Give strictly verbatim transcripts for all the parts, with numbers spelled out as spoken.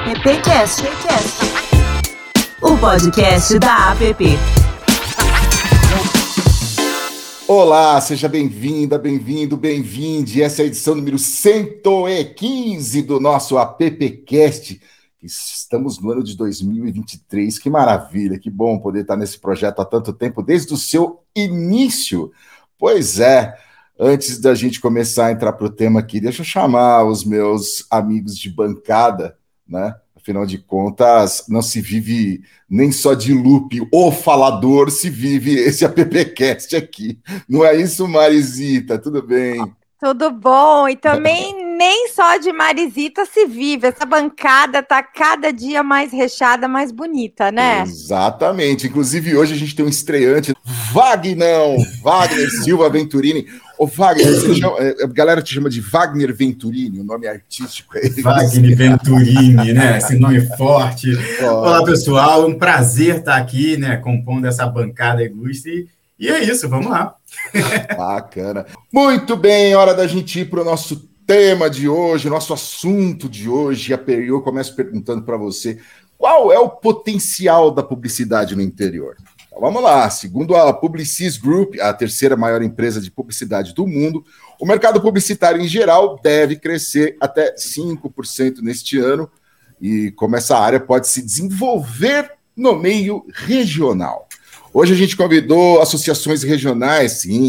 AppCast, o podcast da App. Olá, seja bem-vinda, bem-vindo, bem-vinde. Essa é a edição número cento e quinze do nosso AppCast. Estamos no ano de dois mil e vinte e três, que maravilha, que bom poder estar nesse projeto há tanto tempo, desde o seu início. Pois é, antes da gente começar a entrar para o tema aqui, deixa eu chamar os meus amigos de bancada, né? Afinal de contas, não se vive nem só de loop, o falador, se vive esse AppCast aqui. Não é isso, Marisita? Tudo bem? Tudo bom, e também nem só de Marisita se vive, essa bancada tá cada dia mais recheada, mais bonita, né? Exatamente, inclusive hoje a gente tem um estreante, Vagnão, Wagner Silva Venturini. Ô Wagner, você chama, a galera te chama de Wagner Venturini, o nome artístico é esse. Wagner Venturini, né? Esse nome forte. Oh. Olá, pessoal, um prazer estar aqui, né, compondo essa bancada ilustre. E é isso, vamos lá. Bacana. Muito bem, hora da gente ir para o nosso tema de hoje, nosso assunto de hoje. Eu começo perguntando para você, qual é o potencial da publicidade no interior? Então, vamos lá. Segundo a Publicis Group, a terceira maior empresa de publicidade do mundo, o mercado publicitário em geral deve crescer até cinco por cento neste ano, e como essa área pode se desenvolver no meio regional. Hoje a gente convidou associações regionais, sim,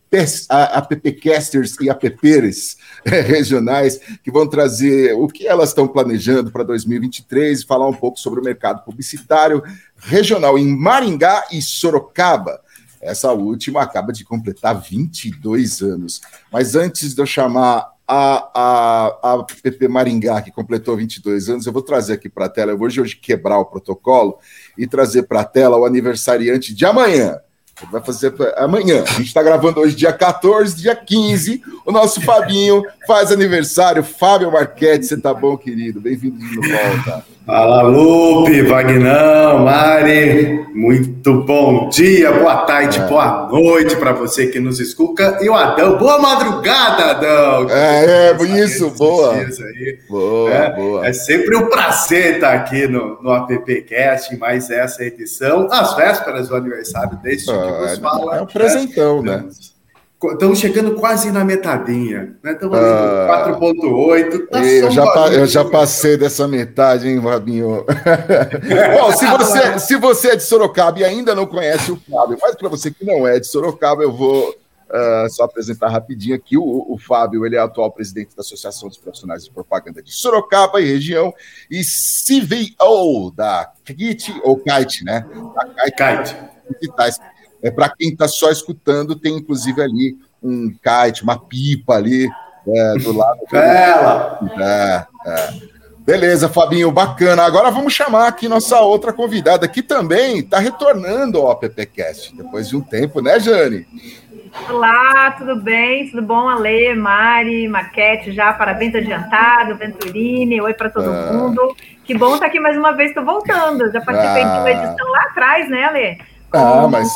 AppCasters e Apperes regionais, que vão trazer o que elas estão planejando para dois mil e vinte e três e falar um pouco sobre o mercado publicitário regional em Maringá e Sorocaba. Essa última acaba de completar vinte e dois anos. Mas antes de eu chamar a, a, a App Maringá, que completou vinte e dois anos, eu vou trazer aqui para a tela, eu vou hoje quebrar o protocolo e trazer para a tela o aniversariante de amanhã. Ele vai fazer amanhã. A gente está gravando hoje, dia quatorze, dia quinze. O nosso Fabinho faz aniversário. Fábio Marchetti, você tá bom, querido? Bem-vindo de volta. Fala, Lupe, Vagnão, Mari. Muito bom dia, boa tarde, é. boa noite para você que nos escuta. E o Adão, boa madrugada, Adão. É, é isso, boa. Aí. Boa, é, boa. É sempre um prazer estar aqui no, no AppCast, em mais essa edição, às vésperas do aniversário desse ah, que nos é, fala. É um presentão, é, né? Estamos chegando quase na metadinha, né? Estamos ali no quatro ponto oito. Tá eu, já pa- eu já passei dessa metade, hein, Fabinho? Bom, se você, se você é de Sorocaba e ainda não conhece o Fábio, mas para você que não é de Sorocaba, eu vou uh, só apresentar rapidinho aqui. O, o Fábio, ele é atual presidente da Associação dos Profissionais de Propaganda de Sorocaba e região e C V O da Kite, ou Kite, né? Da Kite. Kite. É, para quem está só escutando, tem inclusive ali um kite, uma pipa ali é, do lado. Bela! É, é. Beleza, Fabinho, bacana. Agora vamos chamar aqui nossa outra convidada, que também está retornando ao AppCast, depois de um tempo, né, Jane? Olá, tudo bem? Tudo bom, Ale, Mari, Marchetti, já parabéns adiantado, Venturini, oi para todo ah. mundo. Que bom estar aqui mais uma vez, estou voltando. Já participei ah. de uma edição lá atrás, né, Ale? Ah, mas...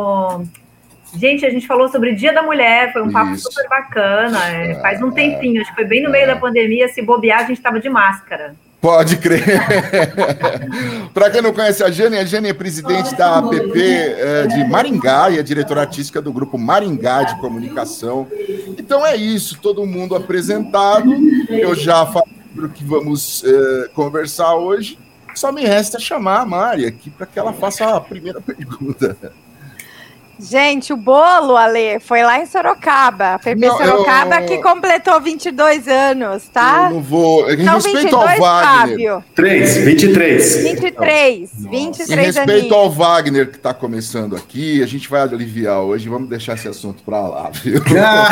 Gente, a gente falou sobre o Dia da Mulher, foi um papo Isso. super bacana, é, faz um tempinho, acho que foi bem no meio da pandemia, se bobear, a gente estava de máscara. Pode crer. Para quem não conhece a Jane, a Jane é presidente da App é, de Maringá e é diretora artística do grupo Maringá de Comunicação. Então é isso, todo mundo apresentado, eu já falei sobre o que vamos é, conversar hoje. Só me resta chamar a Mari aqui para que ela faça a primeira pergunta. Gente, o bolo, Ale, foi lá em Sorocaba. A App Sorocaba eu... que completou vinte e dois anos, tá? Eu não vou... Em São respeito vinte e dois, ao Wagner... Fábio. três, vinte e três. vinte e três, vinte e três Em respeito aninhos. ao Wagner que está começando aqui, a gente vai aliviar hoje. Vamos deixar esse assunto para lá, viu?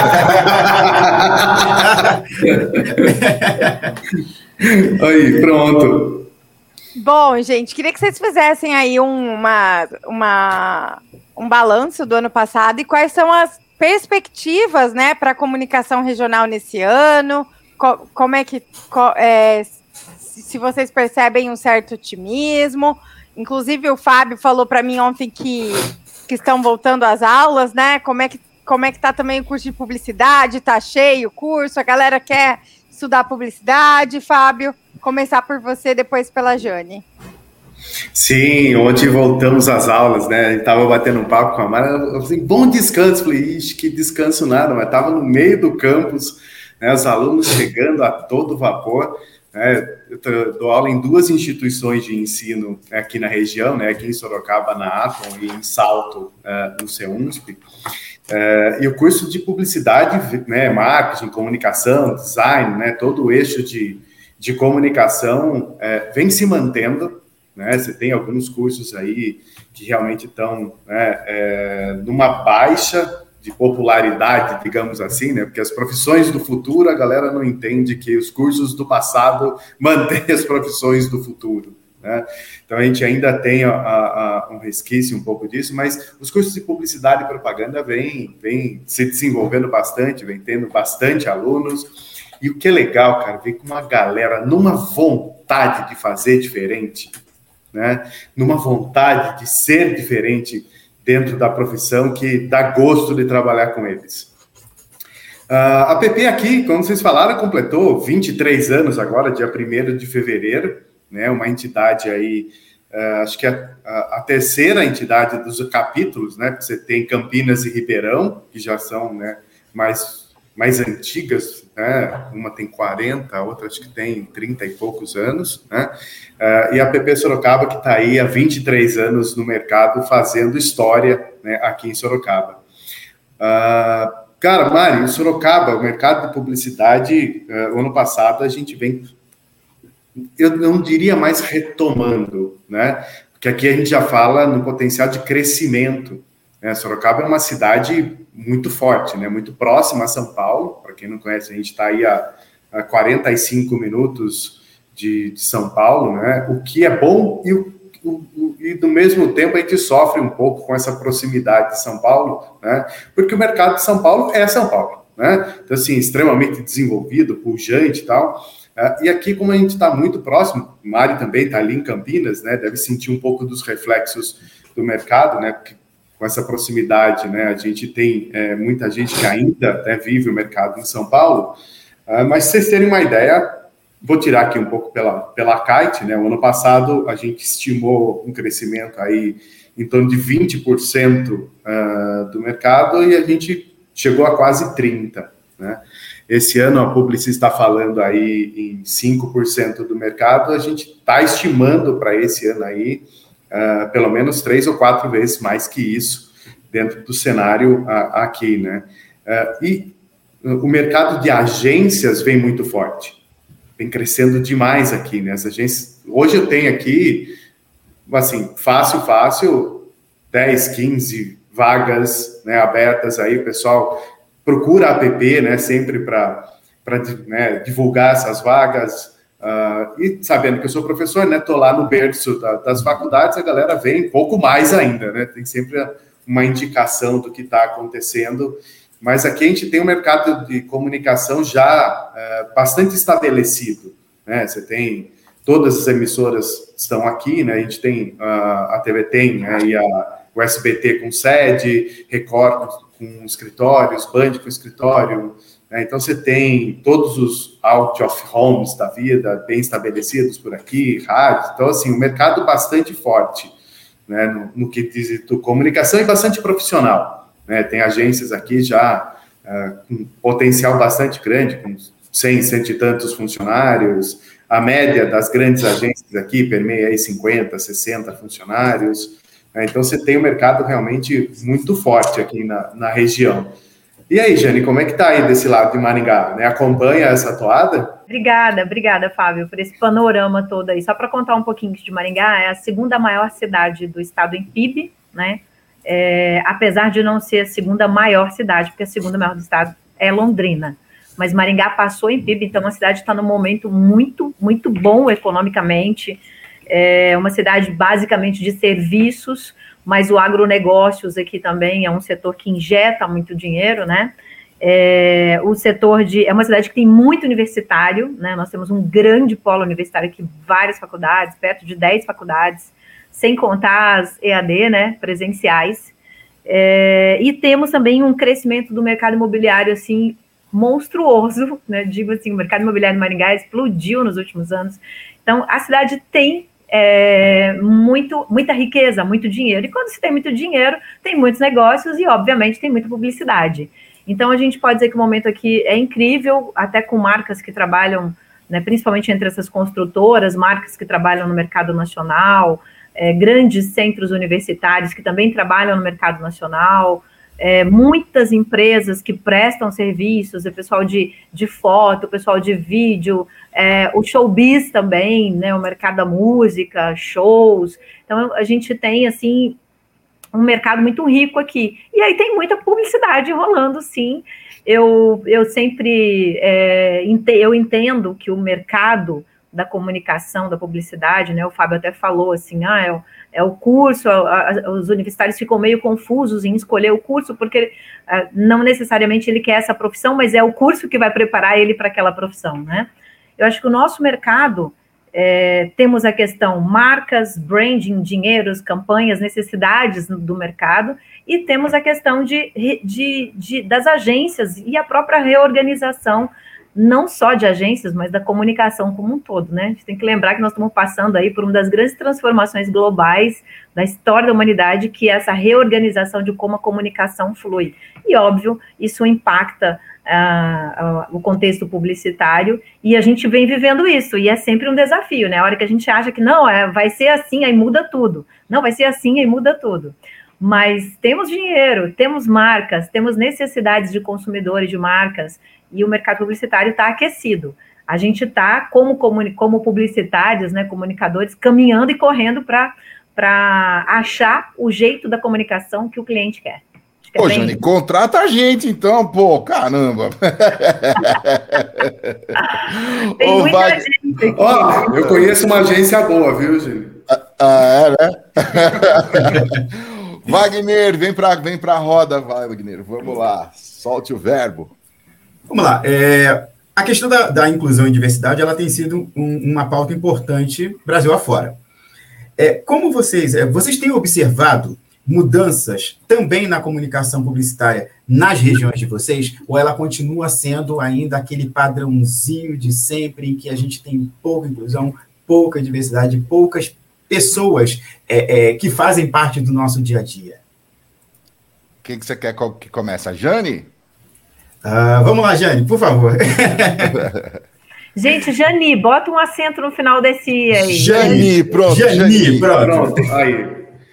Aí, pronto. Bom, gente, queria que vocês fizessem aí uma, uma, um balanço do ano passado e quais são as perspectivas, né, para a comunicação regional nesse ano, co, como é que, co, é, se vocês percebem um certo otimismo. Inclusive o Fábio falou para mim ontem que, que estão voltando às aulas, né, como é que como é que tá também o curso de publicidade, tá cheio o curso, a galera quer estudar publicidade, Fábio? Começar por você, depois pela Jane. Sim, ontem voltamos às aulas, né? A gente tava batendo um papo com a Mara, eu falei, bom descanso. Falei, ixi, que descanso nada, mas tava no meio do campus, né? Os alunos chegando a todo vapor, né? Eu dou aula em duas instituições de ensino aqui na região, né? Aqui em Sorocaba, na Atom, e em Salto, uh, no CEUNSP. Uh, e o curso de publicidade, né? Marketing, comunicação, design, né? Todo o eixo de, de comunicação uh, vem se mantendo. Né, você tem alguns cursos aí que realmente estão, né, é, numa baixa de popularidade, digamos assim, né, porque as profissões do futuro, a galera não entende que os cursos do passado mantêm as profissões do futuro. Né? Então, a gente ainda tem a, a, um resquício um pouco disso, mas os cursos de publicidade e propaganda vêm vem se desenvolvendo bastante, vem tendo bastante alunos, e o que é legal, cara, vem com uma galera numa vontade de fazer diferente, né? Numa vontade de ser diferente dentro da profissão que dá gosto de trabalhar com eles. Uh, a P P aqui, como vocês falaram, completou vinte e três anos agora, dia primeiro de fevereiro, né? Uma entidade aí, uh, acho que é a, a terceira entidade dos capítulos, né? Você tem Campinas e Ribeirão, que já são, né, mais... mais antigas, né? Uma tem quarenta, a outra acho que tem trinta e poucos anos, né? Uh, e a P P Sorocaba, que está aí há vinte e três anos no mercado, fazendo história, né, aqui em Sorocaba. Uh, cara, Mari, o Sorocaba, o mercado de publicidade, uh, o ano passado a gente vem, eu não diria mais retomando, né? Porque aqui a gente já fala no potencial de crescimento. Né? Sorocaba é uma cidade muito forte, né? Muito próxima a São Paulo. Para quem não conhece, a gente está aí a, a quarenta e cinco minutos de, de São Paulo, né? O que é bom e, o, o, e, do mesmo tempo, a gente sofre um pouco com essa proximidade de São Paulo, né? Porque o mercado de São Paulo é São Paulo, né? Então, assim, extremamente desenvolvido, pujante e tal. Uh, e aqui, como a gente está muito próximo, o Mari também está ali em Campinas, né? Deve sentir um pouco dos reflexos do mercado, né? Porque com essa proximidade, né, a gente tem é, muita gente que ainda, né, vive o mercado em São Paulo, uh, mas se vocês terem uma ideia, vou tirar aqui um pouco pela, pela Kite, né, o ano passado a gente estimou um crescimento aí em torno de vinte por cento uh, do mercado e a gente chegou a quase trinta por cento, né. Esse ano a Publicis está falando aí em cinco por cento do mercado, a gente está estimando para esse ano aí Uh, pelo menos três ou quatro vezes mais que isso dentro do cenário uh, aqui, né? Uh, e o mercado de agências vem muito forte, vem crescendo demais aqui, né? As agências, hoje eu tenho aqui, assim, fácil, fácil, dez, quinze vagas, né, abertas aí, o pessoal procura a app, né, sempre para né, divulgar essas vagas. Uh, e sabendo que eu sou professor, né, tô lá no berço da, das faculdades, a galera vem pouco mais ainda, né, tem sempre uma indicação do que está acontecendo, mas aqui a gente tem um mercado de comunicação já uh, bastante estabelecido, né, você tem, todas as emissoras estão aqui, né, a gente tem, uh, a T V tem, né, e a, o S B T com sede, Record com escritórios, Band com escritório. Então, você tem todos os out of homes da vida bem estabelecidos por aqui, rádio. Então, assim, um mercado bastante forte, né, no, no que diz comunicação e bastante profissional. Né? Tem agências aqui já uh, com potencial bastante grande, com cem, cento e tantos funcionários. A média das grandes agências aqui permeia aí cinquenta, sessenta funcionários. Né? Então, você tem um mercado realmente muito forte aqui na, na região. E aí, Jane, como é que tá aí desse lado de Maringá? Né? Acompanha essa toada? Obrigada, obrigada, Fábio, por esse panorama todo aí. Só para contar um pouquinho de Maringá, é a segunda maior cidade do estado em P I B, né? É, apesar de não ser a segunda maior cidade, porque a segunda maior do estado é Londrina. Mas Maringá passou em P I B, então a cidade está num momento muito, muito bom economicamente. É uma cidade basicamente de serviços, mas o agronegócios aqui também é um setor que injeta muito dinheiro, né? É, o setor de... É uma cidade que tem muito universitário, né? Nós temos um grande polo universitário aqui, várias faculdades, perto de dez faculdades, sem contar as E A D, né? Presenciais. É, e temos também um crescimento do mercado imobiliário, assim, monstruoso, né? Digo assim, o mercado imobiliário de Maringá explodiu nos últimos anos. Então, a cidade tem é, muito, muita riqueza, muito dinheiro. E quando se tem muito dinheiro, tem muitos negócios e, obviamente, tem muita publicidade. Então, a gente pode dizer que o momento aqui é incrível, até com marcas que trabalham, né, principalmente entre essas construtoras, marcas que trabalham no mercado nacional, é, grandes centros universitários que também trabalham no mercado nacional, é, muitas empresas que prestam serviços, o pessoal de, de foto, o pessoal de vídeo, é, o showbiz também, né, o mercado da música, shows. Então, a gente tem, assim, um mercado muito rico aqui. E aí tem muita publicidade rolando, sim. Eu, eu sempre é, ente, eu entendo que o mercado da comunicação, da publicidade, né, o Fábio até falou assim, ah, é o, é o curso, a, a, os universitários ficam meio confusos em escolher o curso, porque a, não necessariamente ele quer essa profissão, mas é o curso que vai preparar ele para aquela profissão, né? Eu acho que o nosso mercado, é, temos a questão marcas, branding, dinheiros, campanhas, necessidades do mercado, e temos a questão de, de, de, das agências e a própria reorganização, não só de agências, mas da comunicação como um todo, né? A gente tem que lembrar que nós estamos passando aí por uma das grandes transformações globais da história da humanidade, que é essa reorganização de como a comunicação flui. E, óbvio, isso impacta uh, uh, o contexto publicitário, e a gente vem vivendo isso, e é sempre um desafio, né? A hora que a gente acha que, não, é, vai ser assim, aí muda tudo. Não, vai ser assim, aí muda tudo. Mas temos dinheiro, temos marcas, temos necessidades de consumidores de marcas, e o mercado publicitário está aquecido. A gente está, como, como publicitários, né, comunicadores, caminhando e correndo para achar o jeito da comunicação que o cliente quer. Pô, é Jane, contrata a gente então, pô, caramba. Tem Ô, muita Wag... gente aqui. Ó, eu conheço uma agência boa, viu, Jane? Ah, é, né? Wagner, vem para vem a roda, Wagner, vamos lá, solte o verbo. Vamos lá, é, a questão da, da inclusão e diversidade, ela tem sido um, uma pauta importante Brasil afora. É, como vocês, é, vocês têm observado mudanças também na comunicação publicitária nas regiões de vocês, ou ela continua sendo ainda aquele padrãozinho de sempre, em que a gente tem pouca inclusão, pouca diversidade, poucas pessoas é, é, que fazem parte do nosso dia a dia? Quem que você quer que comece? A Jane? Uh, vamos lá, Jane, por favor. Gente, Jani, bota um acento no final desse aí. Jani, pronto. Jani, Jani, pronto. pronto. Aí.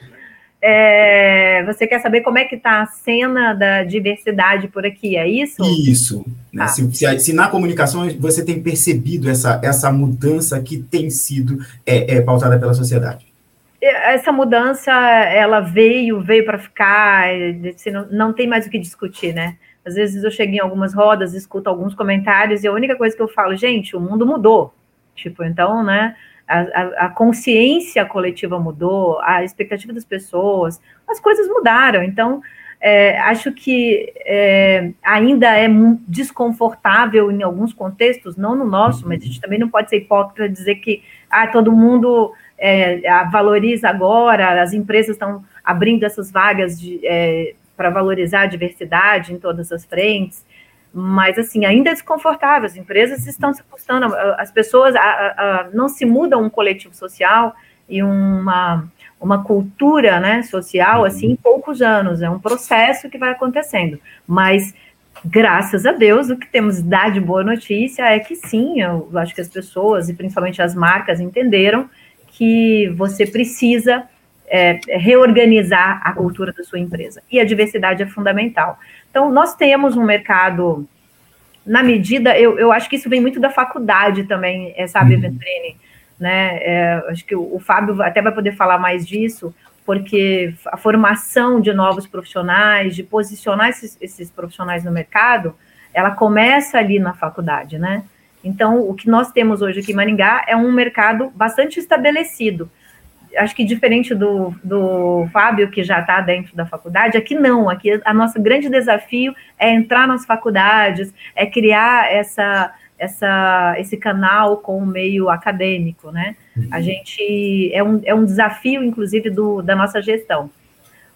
É, você quer saber como é que está a cena da diversidade por aqui, é isso? Isso. Né? Ah. Se, se, se na comunicação você tem percebido essa, essa mudança que tem sido é, é, pautada pela sociedade. Essa mudança, ela veio, veio para ficar, não, não tem mais o que discutir, né? Às vezes eu chego em algumas rodas, escuto alguns comentários e a única coisa que eu falo, gente, o mundo mudou. Tipo, então, né, a, a, a consciência coletiva mudou, a expectativa das pessoas, as coisas mudaram. Então, é, acho que é, ainda é desconfortável em alguns contextos, não no nosso, mas a gente também não pode ser hipócrita dizer que ah, todo mundo é, valoriza agora, as empresas estão abrindo essas vagas de... É, para valorizar a diversidade em todas as frentes, mas, assim, ainda é desconfortável, as empresas estão se custando, as pessoas, a, a, não se muda um coletivo social e uma, uma cultura, né, social, assim, em poucos anos, é um processo que vai acontecendo, mas, graças a Deus, o que temos de dar de boa notícia é que sim, eu acho que as pessoas, e principalmente as marcas, entenderam que você precisa É, reorganizar a cultura da sua empresa. E a diversidade é fundamental. Então, nós temos um mercado, na medida, eu, eu acho que isso vem muito da faculdade também, é, sabe, Venturini? Né? É, acho que o, o Fábio até vai poder falar mais disso, porque a formação de novos profissionais, de posicionar esses, esses profissionais no mercado, ela começa ali na faculdade, né? Então, o que nós temos hoje aqui em Maringá é um mercado bastante estabelecido. Acho que diferente do, do Fábio, que já está dentro da faculdade, aqui não, aqui a nosso grande desafio é entrar nas faculdades, é criar essa, essa, esse canal com o meio acadêmico, né? A gente, é um, é um desafio, inclusive, do, da nossa gestão.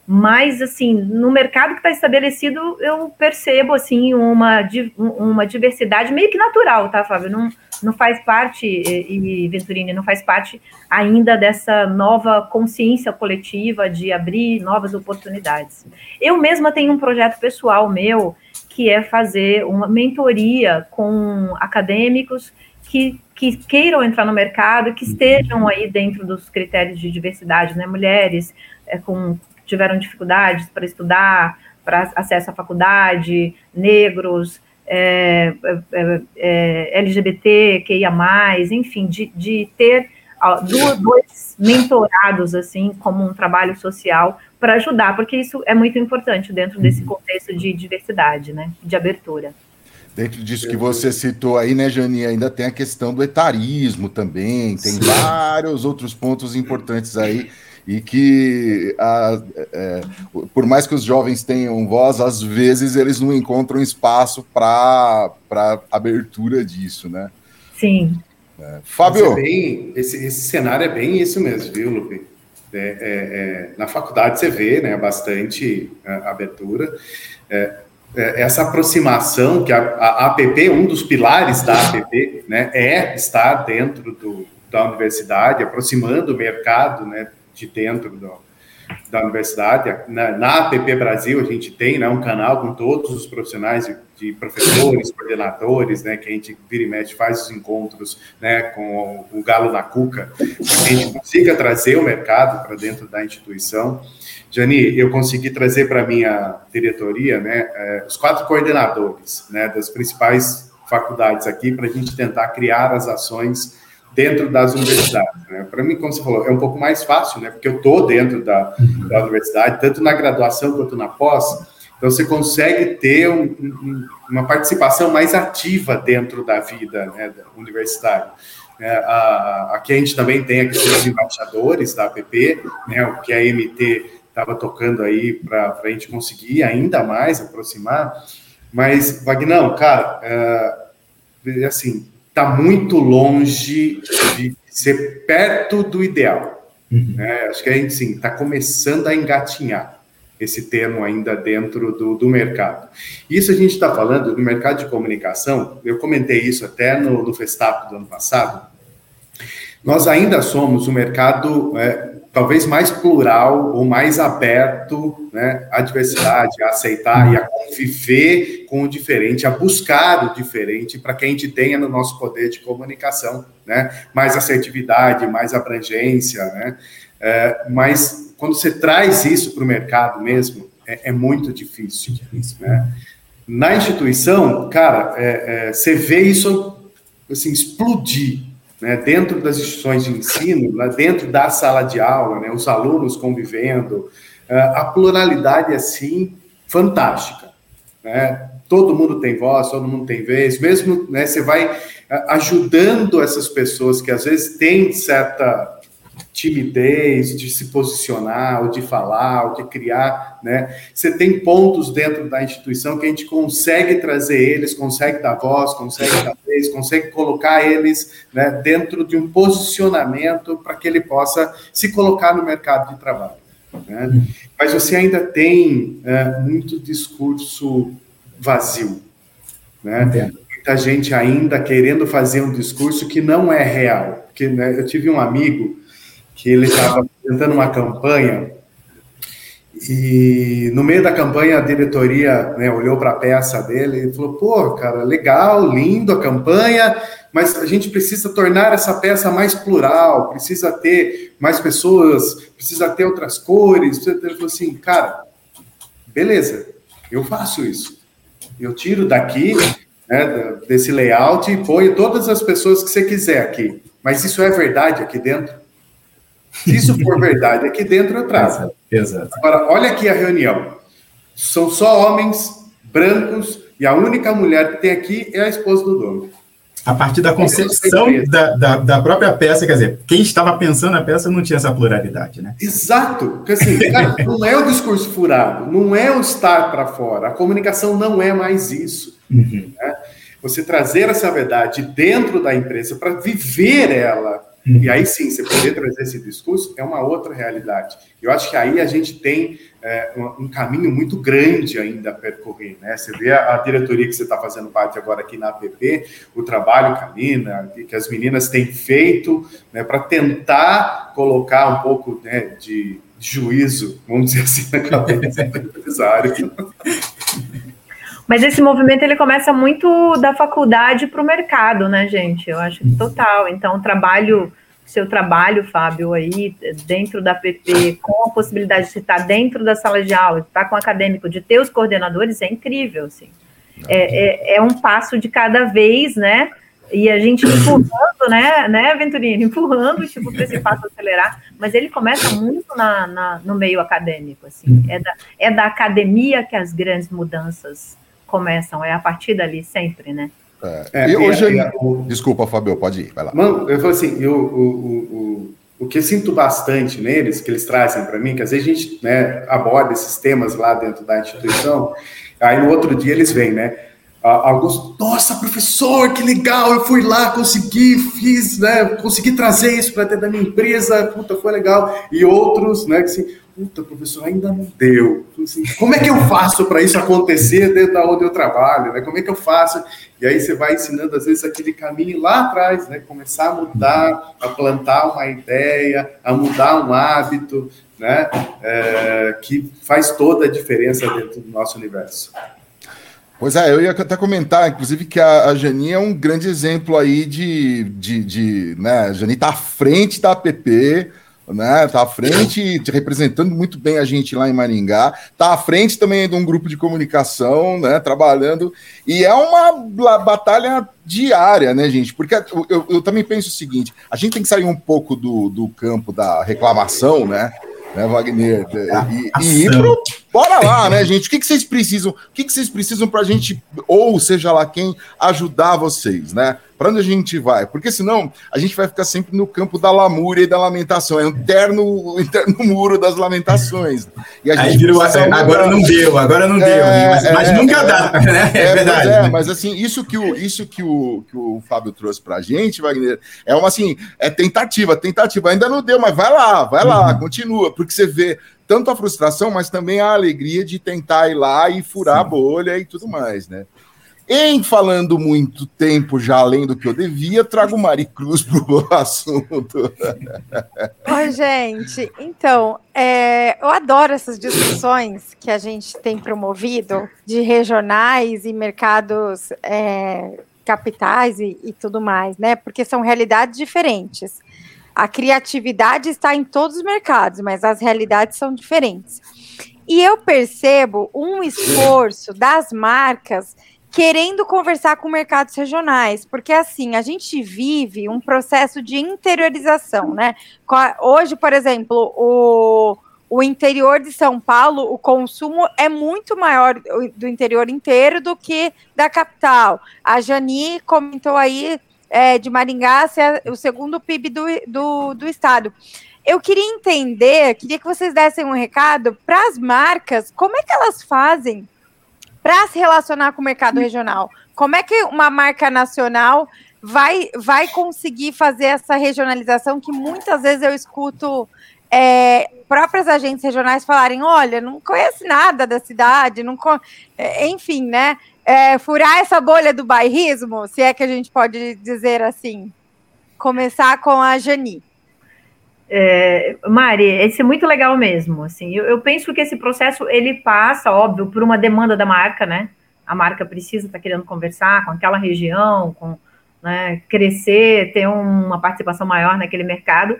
Mas, assim, no mercado que está estabelecido, eu percebo, assim, uma, uma diversidade meio que natural, tá, Fábio? Não, não faz parte, e Venturini, não faz parte ainda dessa nova consciência coletiva de abrir novas oportunidades. Eu mesma tenho um projeto pessoal meu, que é fazer uma mentoria com acadêmicos que, que queiram entrar no mercado, que estejam aí dentro dos critérios de diversidade, né? Mulheres é, com... tiveram dificuldades para estudar, para acesso à faculdade, negros, é, é, é, L G B T, Q I A mais, enfim, de, de ter ó, dois mentorados, assim, como um trabalho social para ajudar, porque isso é muito importante dentro desse contexto de diversidade, né, de abertura. Dentro disso que você citou aí, né, Jani, ainda tem a questão do etarismo também, tem Sim. vários outros pontos importantes aí, e que, a, é, por mais que os jovens tenham voz, às vezes eles não encontram espaço para abertura disso, né? Sim. É. Fábio? É bem, esse, esse cenário é bem isso mesmo, viu, Lupe? É, é, é, na faculdade você vê, né, bastante é, abertura. É, é, essa aproximação, que a, a APP, um dos pilares da APP, né, é estar dentro do, da universidade, aproximando o mercado, né, de dentro do, da universidade. Na, na A P P Brasil, a gente tem, né, um canal com todos os profissionais de, de professores, coordenadores, né, que a gente vira e mexe, faz os encontros, né, com o, o Galo na Cuca, para que a gente consiga trazer o mercado para dentro da instituição. Jani, eu consegui trazer para a minha diretoria, né, eh, os quatro coordenadores, né, das principais faculdades aqui, para a gente tentar criar as ações dentro das universidades, né? Para mim, como você falou, é um pouco mais fácil, né? Porque eu estou dentro da, da universidade, tanto na graduação quanto na pós, então você consegue ter um, um, uma participação mais ativa dentro da vida, né, universitária. É, a, aqui a gente também tem a questão dos embaixadores da A P P, né, o que a M T estava tocando aí para a gente conseguir ainda mais aproximar, mas, Vagnão, cara, é, assim, está muito longe de ser perto do ideal. Uhum. Né? Acho que a gente, sim, está começando a engatinhar esse termo ainda dentro do, do mercado. Isso a gente está falando do mercado de comunicação, eu comentei isso até no, no Festap do ano passado, nós ainda somos um mercado é, talvez mais plural ou mais aberto, né, à diversidade, a aceitar e a conviver com o diferente, a buscar o diferente para que a gente tenha no nosso poder de comunicação, né, mais assertividade, mais abrangência, né, é, mas quando você traz isso para o mercado mesmo, é, é muito difícil, difícil, né? Na instituição, cara, é, é, você vê isso assim, explodir, né, dentro das instituições de ensino, lá dentro da sala de aula, né, os alunos convivendo, a pluralidade é, assim, fantástica, né? Todo mundo tem voz, todo mundo tem vez, mesmo, né, você vai ajudando essas pessoas que às vezes têm certa timidez de se posicionar, ou de falar, ou de criar, né? Você tem pontos dentro da instituição que a gente consegue trazer eles, consegue dar voz, consegue dar vez, consegue colocar eles, né, dentro de um posicionamento para que ele possa se colocar no mercado de trabalho, né? Mas você ainda tem é, muito discurso vazio, né? Entendo. Muita gente ainda querendo fazer um discurso que não é real. Porque, né, eu tive um amigo que ele estava apresentando uma campanha e no meio da campanha a diretoria, né, olhou para a peça dele e falou, pô, cara, legal, lindo a campanha, mas a gente precisa tornar essa peça mais plural, precisa ter mais pessoas, precisa ter outras cores. Ele falou assim, cara, beleza, eu faço isso. Eu tiro daqui, né, desse layout e ponho todas as pessoas que você quiser aqui. Mas isso é verdade aqui dentro? Se isso for verdade, aqui dentro eu trago. Exato. Agora, olha aqui a reunião. São só homens brancos e a única mulher que tem aqui é a esposa do dono. A partir da concepção da, da, da própria peça, quer dizer, quem estava pensando na peça não tinha essa pluralidade, né? Exato. Porque assim, cara, não é o discurso furado, não é o estar para fora. A comunicação não é mais isso. Uhum. Né? Você trazer essa verdade dentro da empresa para viver ela, E aí sim, você poder trazer esse discurso é uma outra realidade. Eu acho que aí a gente tem é, um, um caminho muito grande ainda a percorrer, né? Você vê a, a diretoria que você está fazendo parte agora aqui na A P P, o trabalho que a Nina, que as meninas têm feito, né, para tentar colocar um pouco, né, de juízo, vamos dizer assim, na cabeça do empresário. Mas esse movimento, ele começa muito da faculdade para o mercado, né, gente? Eu acho que total. Então, o trabalho, seu trabalho, Fábio, aí, dentro da A P P, com a possibilidade de estar dentro da sala de aula, de estar com o acadêmico, de ter os coordenadores, é incrível, assim. É, é, é um passo de cada vez, né? E a gente empurrando, né, né, Venturini? Empurrando, tipo, para esse passo acelerar. Mas ele começa muito na, na, no meio acadêmico, assim. É da, é da academia que as grandes mudanças começam, é a partir dali sempre, né? É, é, e hoje, é, é, o... Desculpa, Fabio, pode ir, vai lá. Mano, eu falo assim, eu, o, o, o, o que eu sinto bastante neles, que eles trazem para mim, que às vezes a gente, né, aborda esses temas lá dentro da instituição, aí no outro dia eles vêm, né? Alguns, nossa, professor, que legal, eu fui lá, consegui, fiz, né, consegui trazer isso para dentro da minha empresa, puta, foi legal. E outros, né, que assim, puta, professor, ainda não deu. Assim, como é que eu faço para isso acontecer dentro da onde eu trabalho, né? Como é que eu faço? E aí você vai ensinando, às vezes, aquele caminho lá atrás, né? Começar a mudar, a plantar uma ideia, a mudar um hábito, né? É, que faz toda a diferença dentro do nosso universo. Pois é, eu ia até comentar, inclusive, que a, a Jani é um grande exemplo aí de, de, de né, a Jani está à frente da A P P, né, está à frente, representando muito bem a gente lá em Maringá, está à frente também de um grupo de comunicação, né, trabalhando, e é uma batalha diária, né, gente, porque eu, eu, eu também penso o seguinte, a gente tem que sair um pouco do, do campo da reclamação, né, né, Wagner, e, e ir pro... Bora lá, né, gente? O que, que vocês precisam? O que, que vocês precisam para a gente, ou seja lá quem, ajudar vocês, né? Para onde a gente vai? Porque senão a gente vai ficar sempre no campo da lamúria e da lamentação. É um terno, um terno muro das lamentações. E a gente aí virou, agora não deu, agora não deu, é, mas, mas é, nunca é, dá, né? É, é verdade. É, né? Mas assim, isso que o, isso que o, que o Fábio trouxe para a gente, Wagner, é uma assim, é tentativa, tentativa. Ainda não deu, mas vai lá, vai lá, uhum. Continua, porque você vê tanto a frustração, mas também a alegria de tentar ir lá e furar Sim. a bolha e tudo mais, né? Em falando muito tempo já além do que eu devia, trago Mari Cruz para o assunto. Oi, gente. Então, é, eu adoro essas discussões que a gente tem promovido de regionais e mercados é, capitais e, e tudo mais, né? Porque são realidades diferentes. A criatividade está em todos os mercados, mas as realidades são diferentes. E eu percebo um esforço das marcas querendo conversar com mercados regionais, porque assim, a gente vive um processo de interiorização, né? Hoje, por exemplo, o, o interior de São Paulo, o consumo é muito maior do interior inteiro do que da capital. A Jani comentou aí É, de Maringá ser o segundo P I B do, do, do estado. Eu queria entender, queria que vocês dessem um recado para as marcas, como é que elas fazem para se relacionar com o mercado regional? Como é que uma marca nacional vai, vai conseguir fazer essa regionalização que muitas vezes eu escuto é, próprias agentes regionais falarem, olha, não conhece nada da cidade, não con... enfim, né? É, furar essa bolha do bairrismo, se é que a gente pode dizer assim. Começar com a Jani. É, Mari, esse é muito legal mesmo. Assim, eu, eu penso que esse processo ele passa, óbvio, por uma demanda da marca, né? A marca precisa estar querendo conversar com aquela região, com, né, crescer, ter uma participação maior naquele mercado.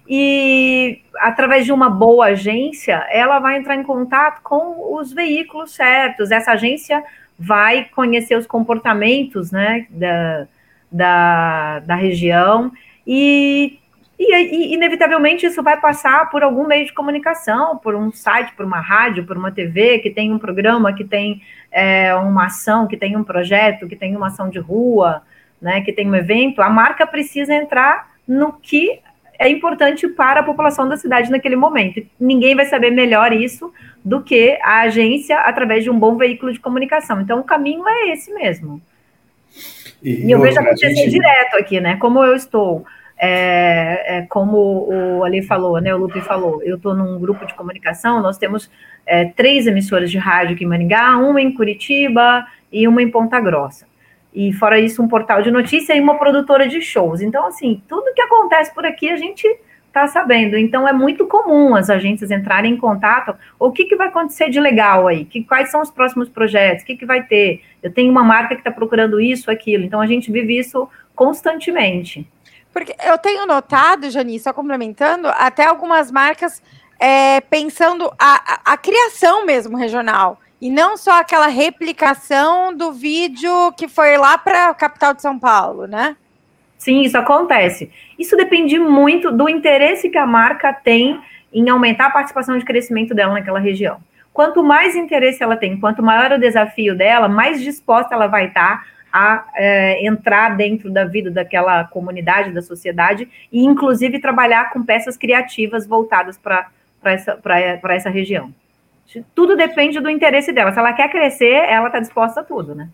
E através de uma boa agência, ela vai entrar em contato com os veículos certos. Essa agência vai conhecer os comportamentos, né, da, da, da região e, e, e, inevitavelmente, isso vai passar por algum meio de comunicação, por um site, por uma rádio, por uma T V, que tem um programa, que tem é, uma ação, que tem um projeto, que tem uma ação de rua, né, que tem um evento. A marca precisa entrar no que é importante para a população da cidade naquele momento. Ninguém vai saber melhor isso do que a agência através de um bom veículo de comunicação. Então, o caminho é esse mesmo. E, e eu vejo acontecer gente... direto aqui, né? Como eu estou É, é, como o Ali falou, né, o Lupe falou, eu estou num grupo de comunicação, nós temos é, três emissoras de rádio aqui em Maringá, uma em Curitiba e uma em Ponta Grossa. E fora isso, um portal de notícia e uma produtora de shows. Então, assim, tudo que acontece por aqui a gente está sabendo. Então, é muito comum as agências entrarem em contato. O que, que vai acontecer de legal aí? Que, quais são os próximos projetos? O que, que vai ter? Eu tenho uma marca que está procurando isso, aquilo. Então, a gente vive isso constantemente. Porque eu tenho notado, Jani, só complementando, até algumas marcas é, pensando a, a, a criação mesmo regional. E não só aquela replicação do vídeo que foi lá para a capital de São Paulo, né? Sim, isso acontece. Isso depende muito do interesse que a marca tem em aumentar a participação de crescimento dela naquela região. Quanto mais interesse ela tem, quanto maior o desafio dela, mais disposta ela vai estar a é, entrar dentro da vida daquela comunidade, da sociedade, e inclusive trabalhar com peças criativas voltadas para essa, para essa região. Tudo depende do interesse dela. Se ela quer crescer, ela está disposta a tudo, né?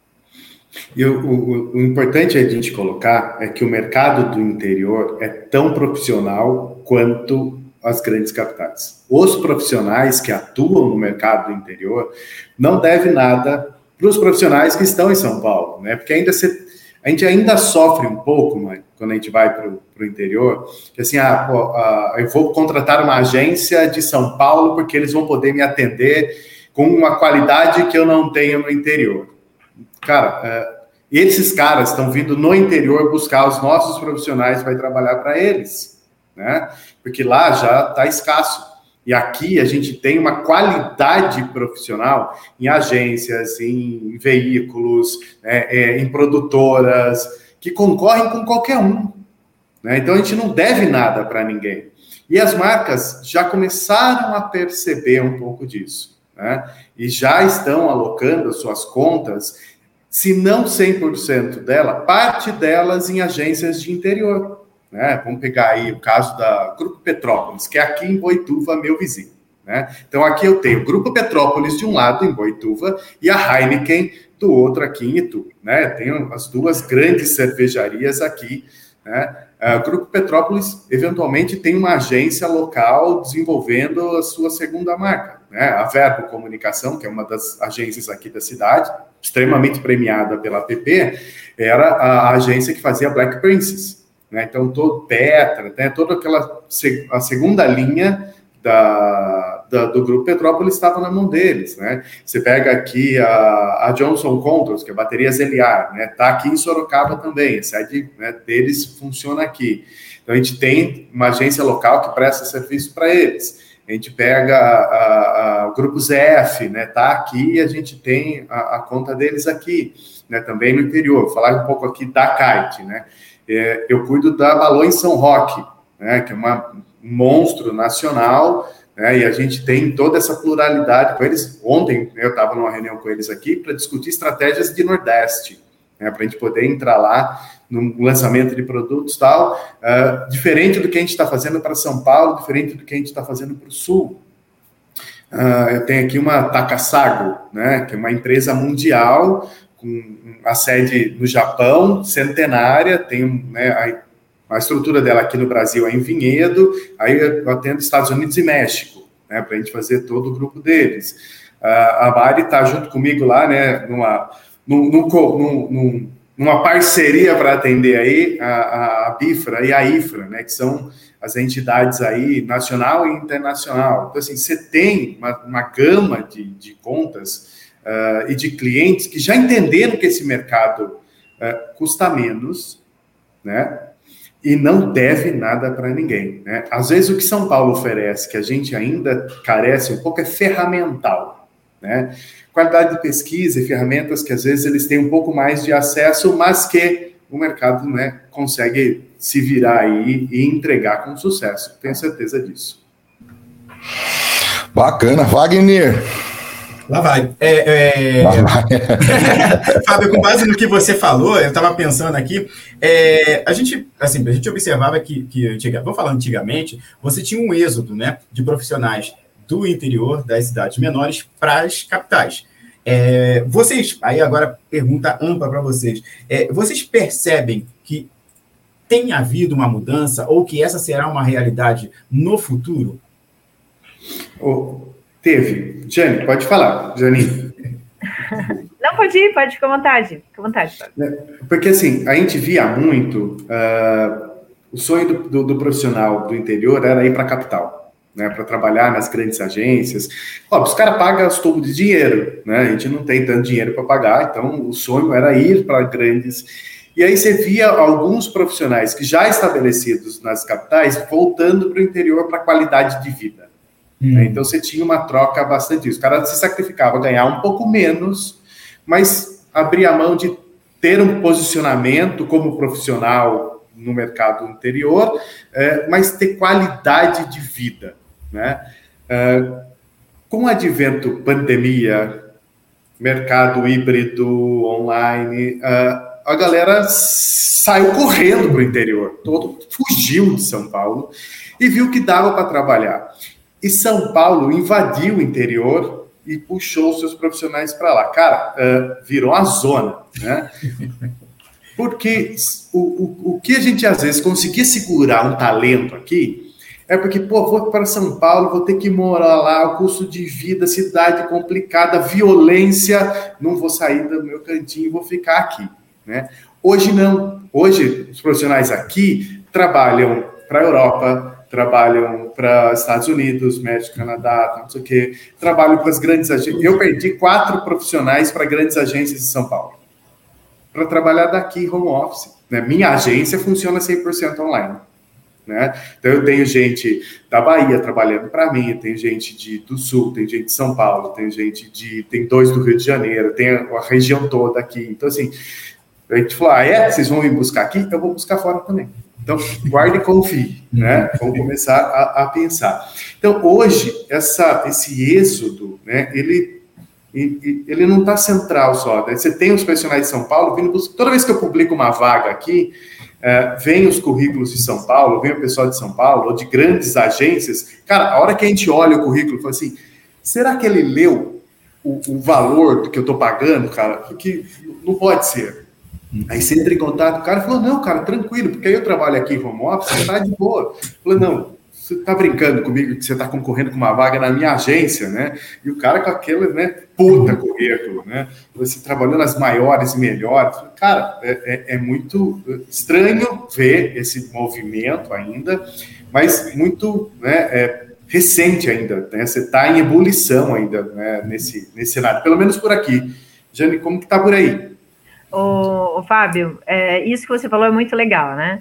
E o, o, o importante a gente colocar é que o mercado do interior é tão profissional quanto as grandes capitais. Os profissionais que atuam no mercado do interior não devem nada para os profissionais que estão em São Paulo, né? Porque ainda se, a gente ainda sofre um pouco, mãe, quando a gente vai para o interior, que assim, ah, pô, ah, eu vou contratar uma agência de São Paulo porque eles vão poder me atender com uma qualidade que eu não tenho no interior. Cara, uh, esses caras estão vindo no interior buscar os nossos profissionais para trabalhar para eles, né? Porque lá já está escasso. E aqui a gente tem uma qualidade profissional em agências, em veículos, né, é, em produtoras, que concorrem com qualquer um, né? Então a gente não deve nada para ninguém. E as marcas já começaram a perceber um pouco disso, né? E já estão alocando as suas contas, se não cem por cento dela, parte delas em agências de interior. Né? Vamos pegar aí o caso da Grupo Petrópolis, que é aqui em Boituva, meu vizinho. Né? Então, aqui eu tenho o Grupo Petrópolis de um lado, em Boituva, e a Heineken do outro aqui em Itu. Né? Tenho as duas grandes cervejarias aqui. Né? O Grupo Petrópolis, eventualmente, tem uma agência local desenvolvendo a sua segunda marca. Né? A Verbo Comunicação, que é uma das agências aqui da cidade, extremamente premiada pela A P P, era a agência que fazia Black Princess. Né? Então, todo Petra, né? toda aquela a segunda linha da, da, do Grupo Petrópolis estava na mão deles. Né? Você pega aqui a, a Johnson Controls, que é a bateria Zeliar, né? Está aqui em Sorocaba também, a sede, né, deles funciona aqui. Então, a gente tem uma agência local que presta serviço para eles. A gente pega a, a, o Grupo Z F, né? Está aqui e a gente tem a, a conta deles aqui, né? Também no interior. Vou falar um pouco aqui da Kite, né? É, eu cuido da Balões São Roque, né, que é uma, um monstro nacional, né, e a gente tem toda essa pluralidade com eles. Ontem eu estava numa reunião com eles aqui para discutir estratégias de Nordeste, né, para a gente poder entrar lá no lançamento de produtos e tal, uh, diferente do que a gente está fazendo para São Paulo, diferente do que a gente está fazendo para o Sul. Uh, eu tenho aqui uma Takasago, né, que é uma empresa mundial, a sede no Japão, centenária, tem, né, a, a estrutura dela aqui no Brasil é em Vinhedo, aí eu atendo Estados Unidos e México, né, para a gente fazer todo o grupo deles. Uh, a Mari está junto comigo lá, né, numa, num, num, num, numa parceria para atender aí a, a Bifra e a Ifra, né, que são as entidades aí nacional e internacional. Então, assim, você tem uma, uma gama de, de contas Uh, e de clientes que já entenderam que esse mercado uh, custa menos, né? E não deve nada para ninguém, né? Às vezes o que São Paulo oferece, que a gente ainda carece um pouco, é ferramental, né? Qualidade de pesquisa e ferramentas que às vezes eles têm um pouco mais de acesso, mas que o mercado, né, consegue se virar aí e entregar com sucesso. Tenho certeza disso. Bacana, Wagner. Lá vai. É, é... Lá vai. Fábio, com base no que você falou, eu estava pensando aqui, é, a gente, assim, a gente observava que, que antiga, vou falar antigamente, você tinha um êxodo, né, de profissionais do interior, das cidades menores, para as capitais. É, vocês, aí agora pergunta ampla para vocês, é, vocês percebem que tem havido uma mudança ou que essa será uma realidade no futuro? Oh, teve. Jane, pode falar, Jane. Não, pode ir, pode, ficar à vontade. Fica à vontade. Porque, assim, a gente via muito... Uh, o sonho do, do, do profissional do interior era ir para a capital, né, para trabalhar nas grandes agências. Óbvio, os caras pagam os tubos de dinheiro, né? A gente não tem tanto dinheiro para pagar, então o sonho era ir para grandes... E aí você via alguns profissionais que já estabelecidos nas capitais voltando para o interior para qualidade de vida. Hum. Né? Então você tinha uma troca bastante disso. O cara se sacrificava a ganhar um pouco menos, mas abria a mão de ter um posicionamento como profissional no mercado interior, é, mas ter qualidade de vida. Né? É, com o advento pandemia, mercado híbrido, online... É, a galera saiu correndo para o interior, todo fugiu de São Paulo e viu que dava para trabalhar. E São Paulo invadiu o interior e puxou seus profissionais para lá. Cara, uh, virou a zona, né? Porque o, o, o que a gente às vezes conseguia segurar um talento aqui é porque, pô, vou para São Paulo, vou ter que morar lá, o custo de vida, cidade complicada, violência, não vou sair do meu cantinho, vou ficar aqui. Né? Hoje não, hoje os profissionais aqui trabalham para a Europa, trabalham para Estados Unidos, México, Canadá, não sei o quê, trabalham para as grandes agências. Eu perdi quatro profissionais para grandes agências de São Paulo, para trabalhar daqui home office. Né? Minha agência funciona cem por cento online. Né? Então eu tenho gente da Bahia trabalhando para mim, eu tenho gente de, do Sul, tem gente de São Paulo, tem gente de, tem dois do Rio de Janeiro, tem a, a região toda aqui. Então assim, a gente falou, ah, é? Vocês vão me buscar aqui? Eu vou buscar fora também. Então, guarde e confie, né? Vamos começar a, a pensar. Então, hoje, essa, esse êxodo, né, ele, ele não está central só. Né? Você tem os profissionais de São Paulo vindo buscar. Toda vez que eu publico uma vaga aqui, é, vem os currículos de São Paulo, vem o pessoal de São Paulo, ou de grandes agências. Cara, a hora que a gente olha o currículo, fala assim, será que ele leu o, o valor do que eu estou pagando, cara? Porque não pode ser. Aí você entra em contato, o cara falou, não, cara, tranquilo, porque aí eu trabalho aqui em home office, você tá de boa. Falou, não, você tá brincando comigo que você tá concorrendo com uma vaga na minha agência, né? E o cara com aquele, né, puta currículo, né? Você trabalhou nas maiores e melhores. Cara, é, é, é muito estranho ver esse movimento ainda, mas muito, né, é, recente ainda, né? Você tá em ebulição ainda, né, nesse, nesse cenário, pelo menos por aqui. Jane, como que tá por aí? Ô, ô, Fábio, é, isso que você falou é muito legal, né?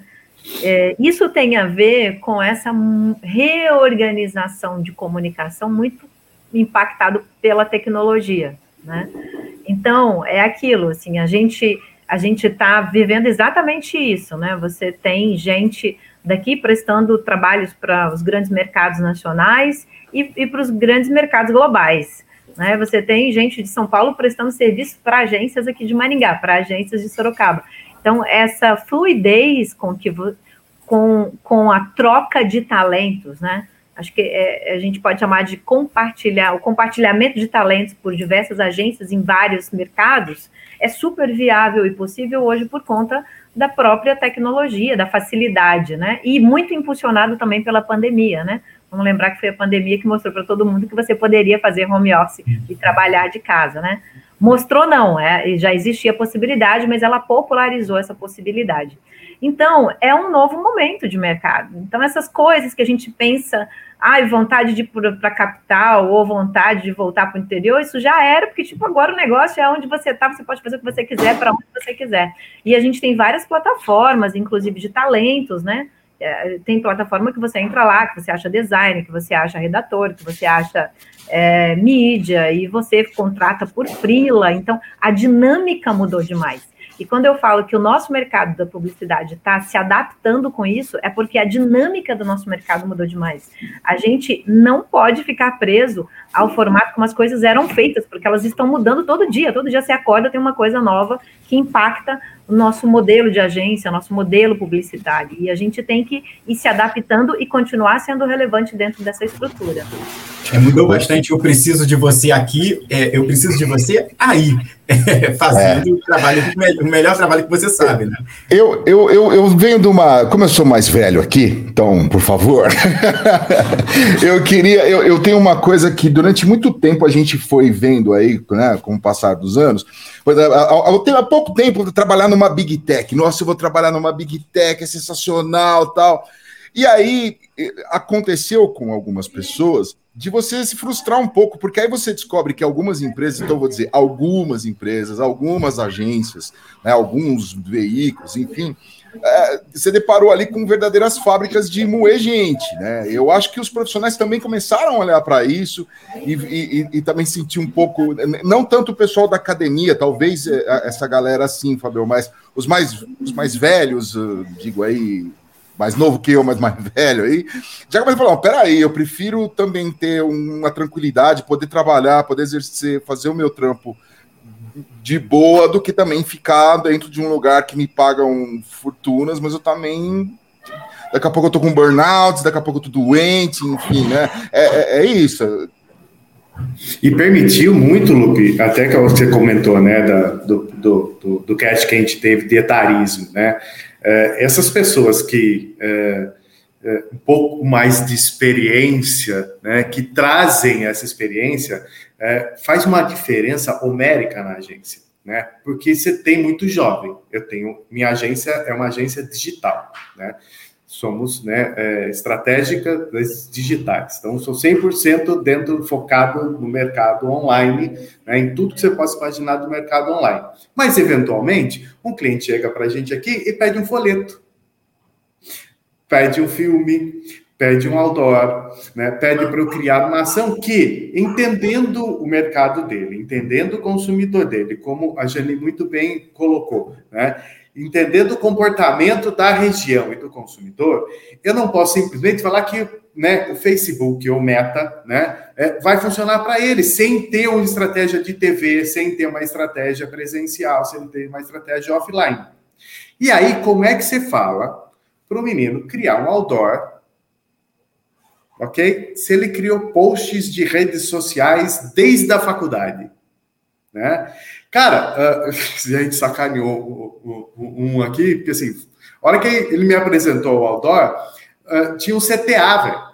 É, isso tem a ver com essa reorganização de comunicação muito impactado pela tecnologia, né? Então, é aquilo, assim, a gente a gente está vivendo exatamente isso, né? Você tem gente daqui prestando trabalhos para os grandes mercados nacionais e, e para os grandes mercados globais. Né, você tem gente de São Paulo prestando serviço para agências aqui de Maringá, para agências de Sorocaba. Então, essa fluidez com, que, com, com a troca de talentos, né? Acho que é, a gente pode chamar de compartilhar, o compartilhamento de talentos por diversas agências em vários mercados é super viável e possível hoje por conta da própria tecnologia, da facilidade, né? E muito impulsionado também pela pandemia, né? Vamos lembrar que foi a pandemia que mostrou para todo mundo que você poderia fazer home office e trabalhar de casa, né? Mostrou não, é, já existia a possibilidade, mas ela popularizou essa possibilidade. Então, é um novo momento de mercado. Então, essas coisas que a gente pensa, ai, vontade de ir para a capital ou vontade de voltar para o interior, isso já era, porque, tipo, agora o negócio é onde você está, você pode fazer o que você quiser, para onde você quiser. E a gente tem várias plataformas, inclusive de talentos, né? Tem plataforma que você entra lá, que você acha design, que você acha redator, que você acha é, mídia, e você contrata por freela. Então, a dinâmica mudou demais. E quando eu falo que o nosso mercado da publicidade está se adaptando com isso, é porque a dinâmica do nosso mercado mudou demais. A gente não pode ficar preso ao formato como as coisas eram feitas, porque elas estão mudando todo dia. Todo dia você acorda, tem uma coisa nova que impacta o nosso modelo de agência, nosso modelo publicitário. E a gente tem que ir se adaptando e continuar sendo relevante dentro dessa estrutura. É, mudou bastante. Eu preciso de você aqui, é, eu preciso de você aí, é, fazendo é. o, trabalho, o melhor trabalho que você sabe, né? Eu, eu, eu, eu venho de uma... Como eu sou mais velho aqui, então, por favor, eu queria... Eu, eu tenho uma coisa que durante muito tempo a gente foi vendo aí, né, com o passar dos anos. Há pouco tempo trabalhar numa Big Tech. Nossa, eu vou trabalhar numa Big Tech, é sensacional, tal. E aí aconteceu com algumas pessoas de você se frustrar um pouco, porque aí você descobre que algumas empresas, então vou dizer, algumas empresas, algumas agências, né, alguns veículos, enfim, é, você deparou ali com verdadeiras fábricas de moer gente, né? Eu acho que os profissionais também começaram a olhar para isso e, e, e também sentir um pouco, não tanto o pessoal da academia, talvez essa galera assim, Fabio, mas os mais, os mais velhos, digo aí, mais novo que eu, mas mais velho aí, já começa a falar, peraí, eu prefiro também ter uma tranquilidade, poder trabalhar, poder exercer, fazer o meu trampo de boa, do que também ficar dentro de um lugar que me pagam fortunas, mas eu também, daqui a pouco eu tô com burnout, daqui a pouco eu tô doente, enfim, né, é, é, é isso. E permitiu muito, Lupe, até que você comentou, né, da, do, do, do, do cast que a gente teve de etarismo, né, é, essas pessoas que é, é, um pouco mais de experiência, né, que trazem essa experiência, é, faz uma diferença homérica na agência, né, porque você tem muito jovem. Eu tenho, minha agência é uma agência digital, né, somos, né, é, estratégicas digitais. Então, sou cem por cento dentro, focado no mercado online, né, em tudo que você possa imaginar do mercado online. Mas, eventualmente, um cliente chega para a gente aqui e pede um folheto, pede um filme, pede um outdoor, né, pede para eu criar uma ação que, entendendo o mercado dele, entendendo o consumidor dele, como a Jane muito bem colocou, né, entendendo o comportamento da região e do consumidor, eu não posso simplesmente falar que, né, o Facebook ou Meta, né, é, vai funcionar para ele, sem ter uma estratégia de T V, sem ter uma estratégia presencial, sem ter uma estratégia offline. E aí, como é que você fala para o menino criar um outdoor, ok? Se ele criou posts de redes sociais desde a faculdade, né? Cara, uh, a gente sacaneou um aqui, porque assim, a hora que ele me apresentou o outdoor, uh, tinha um C T A,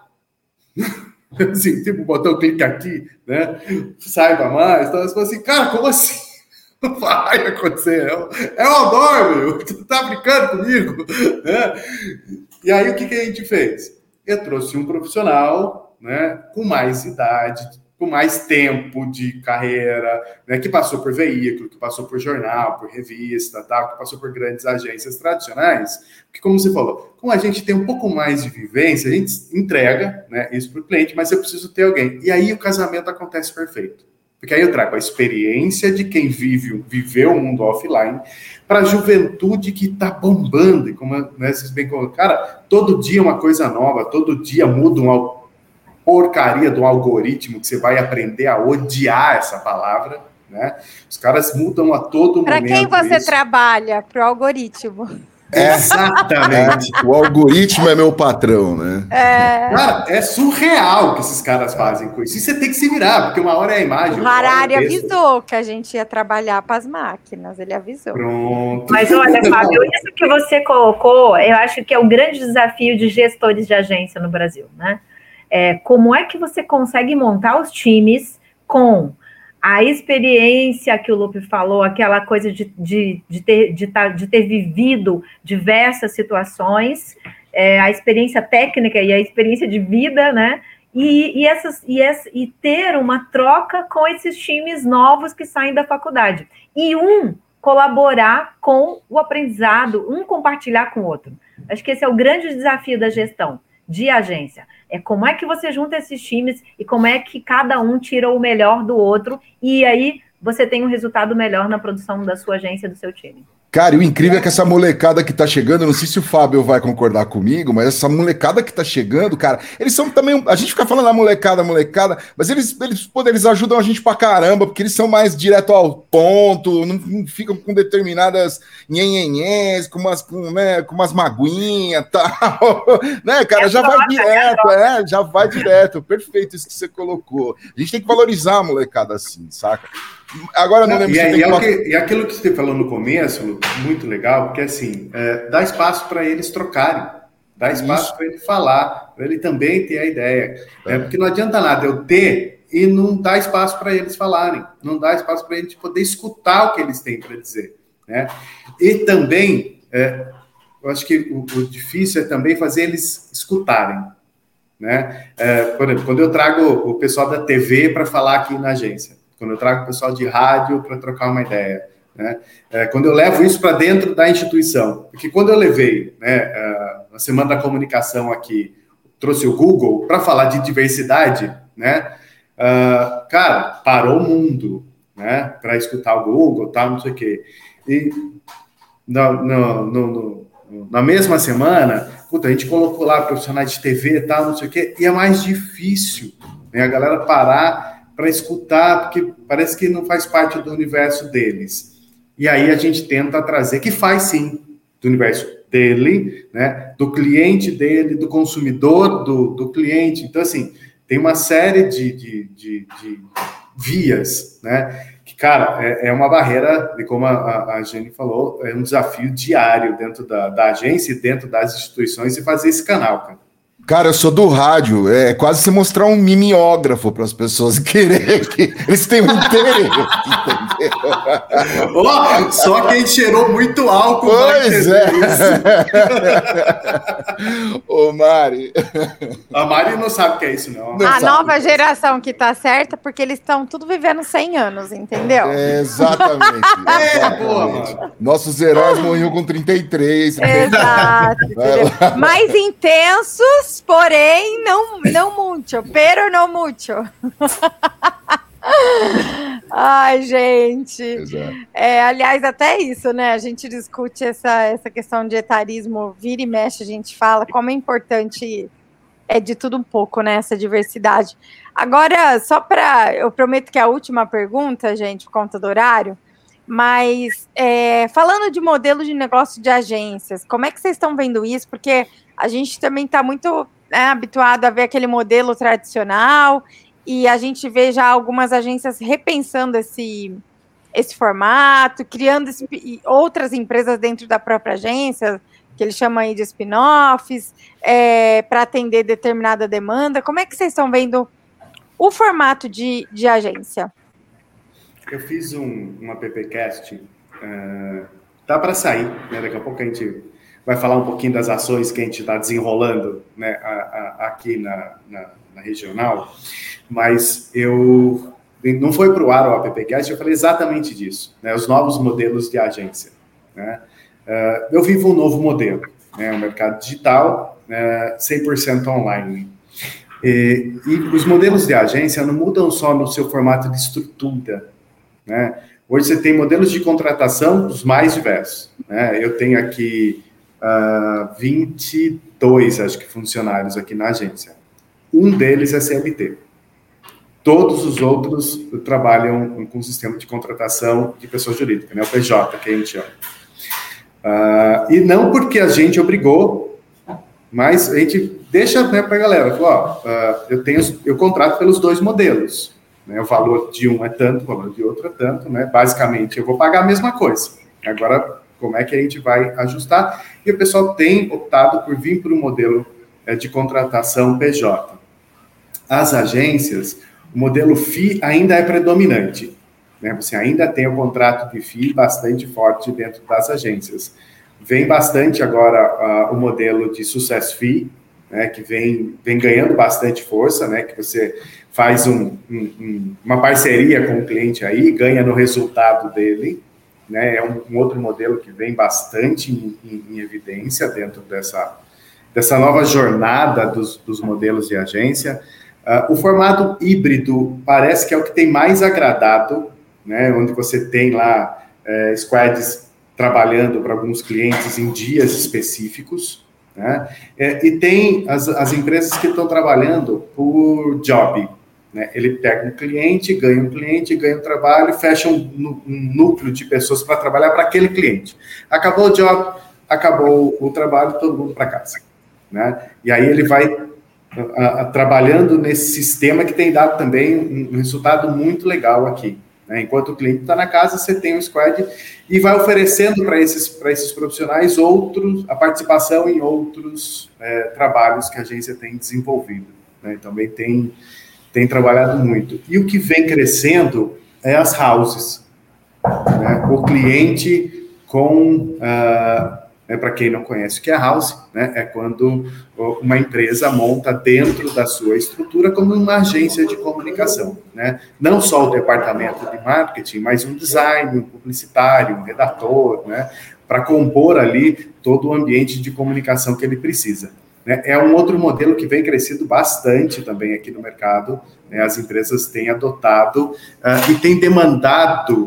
velho. Assim, tipo, botou clique aqui, né? Saiba mais. Então, você falou assim, cara, como assim? Não vai acontecer. É o outdoor, meu. Tu tá brincando comigo? Né? E aí, o que, que a gente fez? Eu trouxe um profissional, né, com mais idade, com mais tempo de carreira, né, que passou por veículo, que passou por jornal, por revista, tá, que passou por grandes agências tradicionais, porque, como você falou, como a gente tem um pouco mais de vivência, a gente entrega, né, isso para o cliente, mas eu preciso ter alguém. E aí o casamento acontece perfeito. Porque aí eu trago a experiência de quem vive, viveu o mundo offline para a juventude que está bombando. E como, né, vocês bem colocaram, cara, todo dia uma coisa nova, todo dia muda uma porcaria do algoritmo que você vai aprender a odiar essa palavra, né? Os caras mudam a todo pra momento. Para quem você isso. trabalha? Para o algoritmo. É, exatamente. É, o algoritmo é meu patrão, né? É... Cara, é surreal o que esses caras fazem com isso. E você tem que se virar, porque uma hora é a imagem. O Harari avisou que a gente ia trabalhar para as máquinas, ele avisou. Pronto. Mas olha, Fábio, isso que você colocou, eu acho que é o grande desafio de gestores de agência no Brasil, né? É, como é que você consegue montar os times com a experiência que o Lupe falou, aquela coisa de, de, de, ter, de, tá, de ter vivido diversas situações, é, a experiência técnica e a experiência de vida, né? E, e, essas, e, essa, e ter uma troca com esses times novos que saem da faculdade. E um colaborar com o aprendizado, um compartilhar com o outro. Acho que esse é o grande desafio da gestão de agência. É como é que você junta esses times e como é que cada um tira o melhor do outro e aí você tem um resultado melhor na produção da sua agência, do seu time. Cara, e o incrível é que essa molecada que tá chegando, eu não sei se o Fábio vai concordar comigo, mas essa molecada que tá chegando, cara, eles são também, a gente fica falando da molecada, molecada, mas eles, eles, pô, eles ajudam a gente pra caramba, porque eles são mais direto ao ponto, não, não ficam com determinadas nhenhenhens, com umas, com, né, com umas maguinhas e tal, né, cara, já vai direto, é, já vai direto, perfeito isso que você colocou. A gente tem que valorizar a molecada assim, saca? Agora não, não lembro e, se e, tem é que... que, e aquilo que você falou no começo, muito legal, porque assim, é, dá espaço para eles trocarem, dá espaço para ele falar, para ele também ter a ideia. É. Né? Porque não adianta nada eu ter e não dá espaço para eles falarem, não dá espaço para eles poder escutar o que eles têm para dizer. Né? E também, é, eu acho que o, o difícil é também fazer eles escutarem. Né? É, por exemplo, quando eu trago o pessoal da T V para falar aqui na agência, quando eu trago o pessoal de rádio para trocar uma ideia, né? É, quando eu levo isso para dentro da instituição, porque quando eu levei, né, na Semana da Comunicação aqui, trouxe o Google para falar de diversidade, né, uh, cara, parou o mundo, né, para escutar o Google, tal, não sei o quê. E no, no, no, no, na mesma semana, puta, a gente colocou lá profissionais de T V, tal, não sei o quê, e é mais difícil, né, a galera parar para escutar, porque parece que não faz parte do universo deles. E aí a gente tenta trazer, que faz sim, do universo dele, né, do cliente dele, do consumidor do, do cliente. Então, assim, tem uma série de, de, de, de vias, né, que, cara, é, é uma barreira, e como a, a Jenny falou, é um desafio diário dentro da, da agência e dentro das instituições e fazer esse canal, cara. Cara, eu sou do rádio, é quase se mostrar um mimeógrafo para as pessoas quererem que eles tenham interesse, entendeu? Oh, só quem cheirou muito álcool pois vai é. Ô, Mari. A Mari não sabe o que é isso, não. não a sabe. Nova geração que tá certa, porque eles estão tudo vivendo cem anos, entendeu? É, exatamente. É, boa, nossos heróis morriam com trinta e três. Exato. Mais intensos, porém, não, não muito. Pero não muito. Ai, gente. É, aliás, até isso, né? A gente discute essa, essa questão de etarismo, vira e mexe, a gente fala como é importante, é de tudo um pouco, né? Essa diversidade. Agora, só para... Eu prometo que é a última pergunta, gente, por conta do horário, mas é, falando de modelo de negócio de agências, como é que vocês estão vendo isso? Porque a gente também está muito, né, habituado a ver aquele modelo tradicional e a gente vê já algumas agências repensando esse, esse formato, criando outras empresas dentro da própria agência, que eles chamam aí de spin-offs, é, para atender determinada demanda. Como é que vocês estão vendo o formato de, de agência? Eu fiz um, uma PPcast, uh, tá para sair, né? Daqui a pouco a gente vai falar um pouquinho das ações que a gente está desenrolando, né, a, a, aqui na, na, na regional, mas eu não foi para o ar o AppCast, eu falei exatamente disso, né, os novos modelos de agência. Né? Uh, eu vivo um novo modelo, né, o mercado digital, uh, cem por cento online. E, e os modelos de agência não mudam só no seu formato de estrutura, né? Hoje você tem modelos de contratação dos mais diversos. Né? Eu tenho aqui uh, vinte e dois, acho que, funcionários aqui na agência. Um deles é C L T. Todos os outros trabalham com o sistema de contratação de pessoa jurídica, né? O P J, que a gente chama. Uh, e não porque a gente obrigou, mas a gente deixa, né, para a galera. Fala, ó, uh, eu, tenho, eu contrato pelos dois modelos. Né, o valor de um é tanto, o valor de outro é tanto, né? Basicamente, eu vou pagar a mesma coisa. Agora, como é que a gente vai ajustar? E o pessoal tem optado por vir para o modelo é, de contratação P J. As agências, o modelo F I I ainda é predominante. Né? Você ainda tem o contrato de F I I bastante forte dentro das agências. Vem bastante agora uh, o modelo de Success F I I, né, que vem, vem ganhando bastante força, né, que você faz um, um, uma parceria com o cliente aí, ganha no resultado dele, né, é um, um outro modelo que vem bastante em, em, em evidência dentro dessa, dessa nova jornada dos, dos modelos de agência. Uh, o formato híbrido parece que é o que tem mais agradado, né, onde você tem lá uh, squads trabalhando para alguns clientes em dias específicos, né? É, e tem as, as empresas que estão trabalhando por job, né? Ele pega um cliente, ganha um cliente, ganha um trabalho, fecha um, um núcleo de pessoas para trabalhar para aquele cliente. Acabou o job, acabou o trabalho, todo mundo para casa, né? E aí ele vai a, a, trabalhando nesse sistema que tem dado também um, um resultado muito legal aqui, né? Enquanto o cliente está na casa, você tem um squad e vai oferecendo para esses, para esses profissionais outros, a participação em outros é, trabalhos que a agência tem desenvolvido, né? Também tem, tem trabalhado muito. E o que vem crescendo é as houses, né? O cliente com... Uh, né, para quem não conhece o que é house, né, é quando uma empresa monta dentro da sua estrutura como uma agência de comunicação, né? Não só o departamento de marketing, mas um design, um publicitário, um redator, né, para compor ali todo o ambiente de comunicação que ele precisa, né? É um outro modelo que vem crescendo bastante também aqui no mercado, né? As empresas têm adotado uh, e têm demandado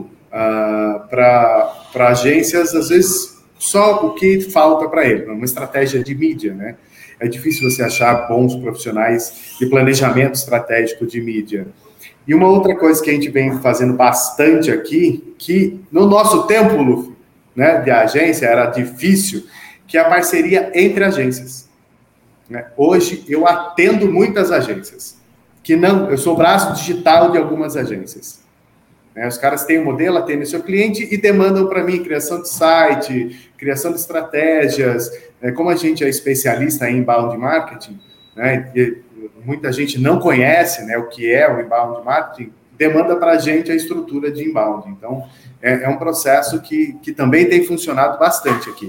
uh, para agências, às vezes, só o que falta para ele, uma estratégia de mídia, né? É difícil você achar bons profissionais de planejamento estratégico de mídia. E uma outra coisa que a gente vem fazendo bastante aqui, que no nosso tempo, Lu, né, de agência, era difícil, que é a parceria entre agências, né? Hoje eu atendo muitas agências, que não, eu sou o braço digital de algumas agências. Né, os caras têm um modelo, atendem o seu cliente e demandam para mim criação de site, criação de estratégias. Né, como a gente é especialista em inbound marketing, né, e muita gente não conhece, né, o que é o inbound marketing, demanda para a gente a estrutura de inbound. Então, é, é um processo que, que também tem funcionado bastante aqui.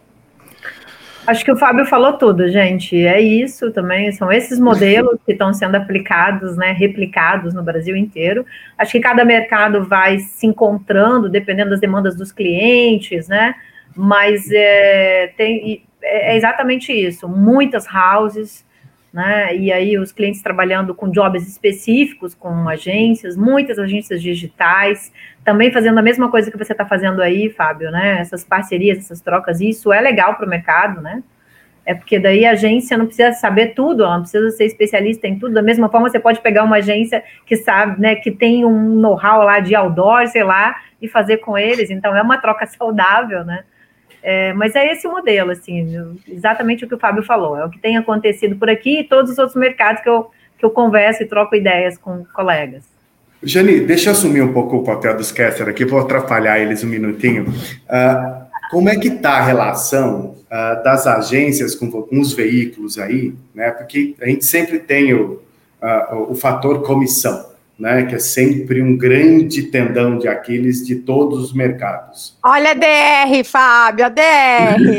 Acho que o Fábio falou tudo, gente. É isso também, são esses modelos que estão sendo aplicados, né, replicados no Brasil inteiro. Acho que cada mercado vai se encontrando, dependendo das demandas dos clientes, né? Mas é, tem, é exatamente isso. Muitas houses, né? E aí os clientes trabalhando com jobs específicos, com agências, muitas agências digitais, também fazendo a mesma coisa que você está fazendo aí, Fábio, né? Essas parcerias, essas trocas, isso é legal para o mercado, né? É porque daí a agência não precisa saber tudo, ela não precisa ser especialista em tudo. Da mesma forma, você pode pegar uma agência que sabe, né, que tem um know-how lá de outdoor, sei lá, e fazer com eles. Então, é uma troca saudável, né? É, mas é esse o modelo, assim, exatamente o que o Fábio falou. É o que tem acontecido por aqui e todos os outros mercados que eu, que eu converso e troco ideias com colegas. Jani, deixa eu assumir um pouco o papel dos caster aqui, vou atrapalhar eles um minutinho. Uh, como é que está a relação uh, das agências com, com os veículos aí, né? Porque a gente sempre tem o, uh, o fator comissão, né? Que é sempre um grande tendão de Aquiles de todos os mercados. Olha a D R, Fábio, a D R.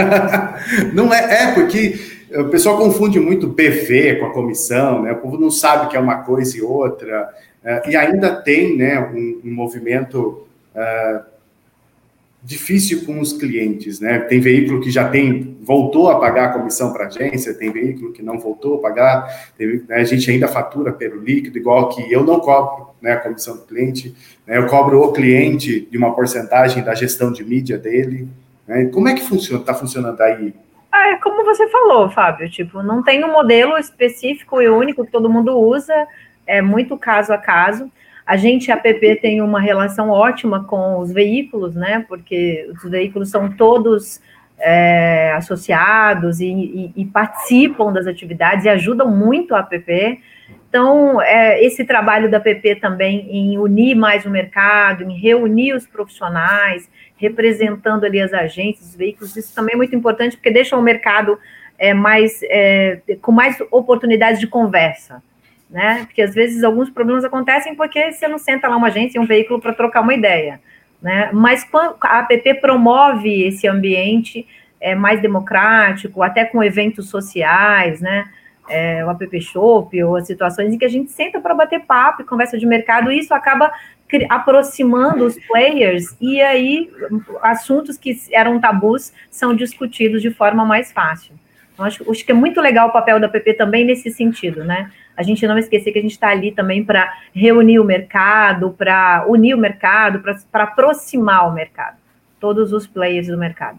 Não é, é porque o pessoal confunde muito B V com a comissão, né? O povo não sabe que é uma coisa e outra. Uh, e ainda tem, né, um, um movimento uh, difícil com os clientes, né? Tem veículo que já tem, voltou a pagar a comissão para a agência, tem veículo que não voltou a pagar, tem, né, a gente ainda fatura pelo líquido, igual que eu não cobro, né, a comissão do cliente, né, eu cobro o cliente de uma porcentagem da gestão de mídia dele, né? Como é que funciona, está funcionando aí? É como você falou, Fábio, tipo, não tem um modelo específico e único que todo mundo usa, é muito caso a caso. A gente, a P P, tem uma relação ótima com os veículos, né? Porque os veículos são todos é, associados e, e, e participam das atividades e ajudam muito a P P. Então, é, esse trabalho da P P também em unir mais o mercado, em reunir os profissionais, representando ali as agências, os veículos, isso também é muito importante, porque deixa o mercado é, mais, é, com mais oportunidades de conversa. Né? Porque às vezes alguns problemas acontecem porque você não senta lá uma agência e um veículo para trocar uma ideia, né? Mas quando a A P P promove esse ambiente é, mais democrático, até com eventos sociais, né? É, o A P P Shop, ou as situações em que a gente senta para bater papo e conversa de mercado, e isso acaba aproximando os players, e aí assuntos que eram tabus são discutidos de forma mais fácil. Então, acho, acho que é muito legal o papel da P P também nesse sentido, né? A gente não esquecer que a gente está ali também para reunir o mercado, para unir o mercado, para aproximar o mercado. todos os players do mercado.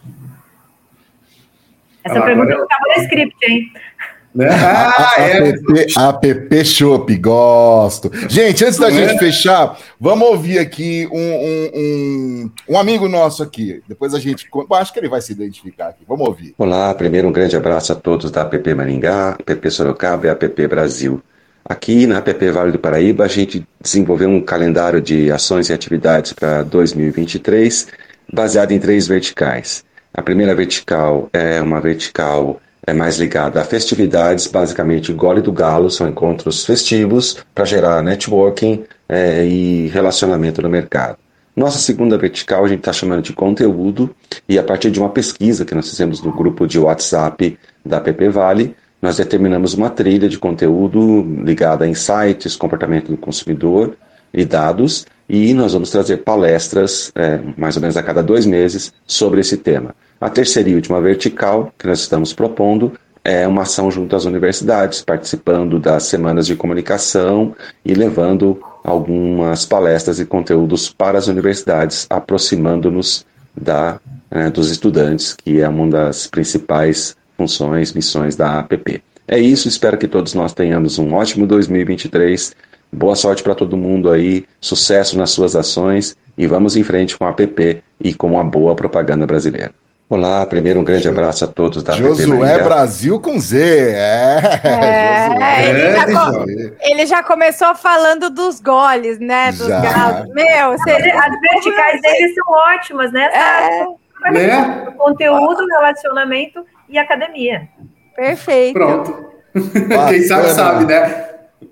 Essa Ah, pergunta agora... estava no script, hein? Né? Ah, é. App Shop, gosto. Gente, antes da Não gente é? fechar, vamos ouvir aqui um, um, um, um amigo nosso aqui. Depois a gente... Acho que ele vai se identificar aqui. Vamos ouvir. Olá, primeiro um grande abraço a todos da App Maringá, App Sorocaba e App Brasil. Aqui na App Vale do Paraíba, a gente desenvolveu um calendário de ações e atividades para dois mil e vinte e três, baseado em três verticais. A primeira vertical é uma vertical é mais ligada a festividades, basicamente Gole do Galo, são encontros festivos para gerar networking é, e relacionamento no mercado. Nossa segunda vertical a gente está chamando de conteúdo, e a partir de uma pesquisa que nós fizemos no grupo de WhatsApp da App Vale, nós determinamos uma trilha de conteúdo ligada a insights, comportamento do consumidor e dados, e nós vamos trazer palestras, é, mais ou menos a cada dois meses, sobre esse tema. A terceira e última vertical que nós estamos propondo é uma ação junto às universidades, participando das semanas de comunicação e levando algumas palestras e conteúdos para as universidades, aproximando-nos da, é, dos estudantes, que é uma das principais funções, missões da App. É isso, espero que todos nós tenhamos um ótimo dois mil e vinte e três, boa sorte para todo mundo aí, sucesso nas suas ações e vamos em frente com a App e com a boa propaganda brasileira. Olá, primeiro um grande abraço a todos da Josué Brasil com Z, é, é ele, já é com, ele já começou falando dos goles, né, dos Já. galos. Meu, você... As verticais deles são ótimas, né? É. Né? Conteúdo, relacionamento e academia. Perfeito. Pronto. Bacana. Quem sabe, sabe, né?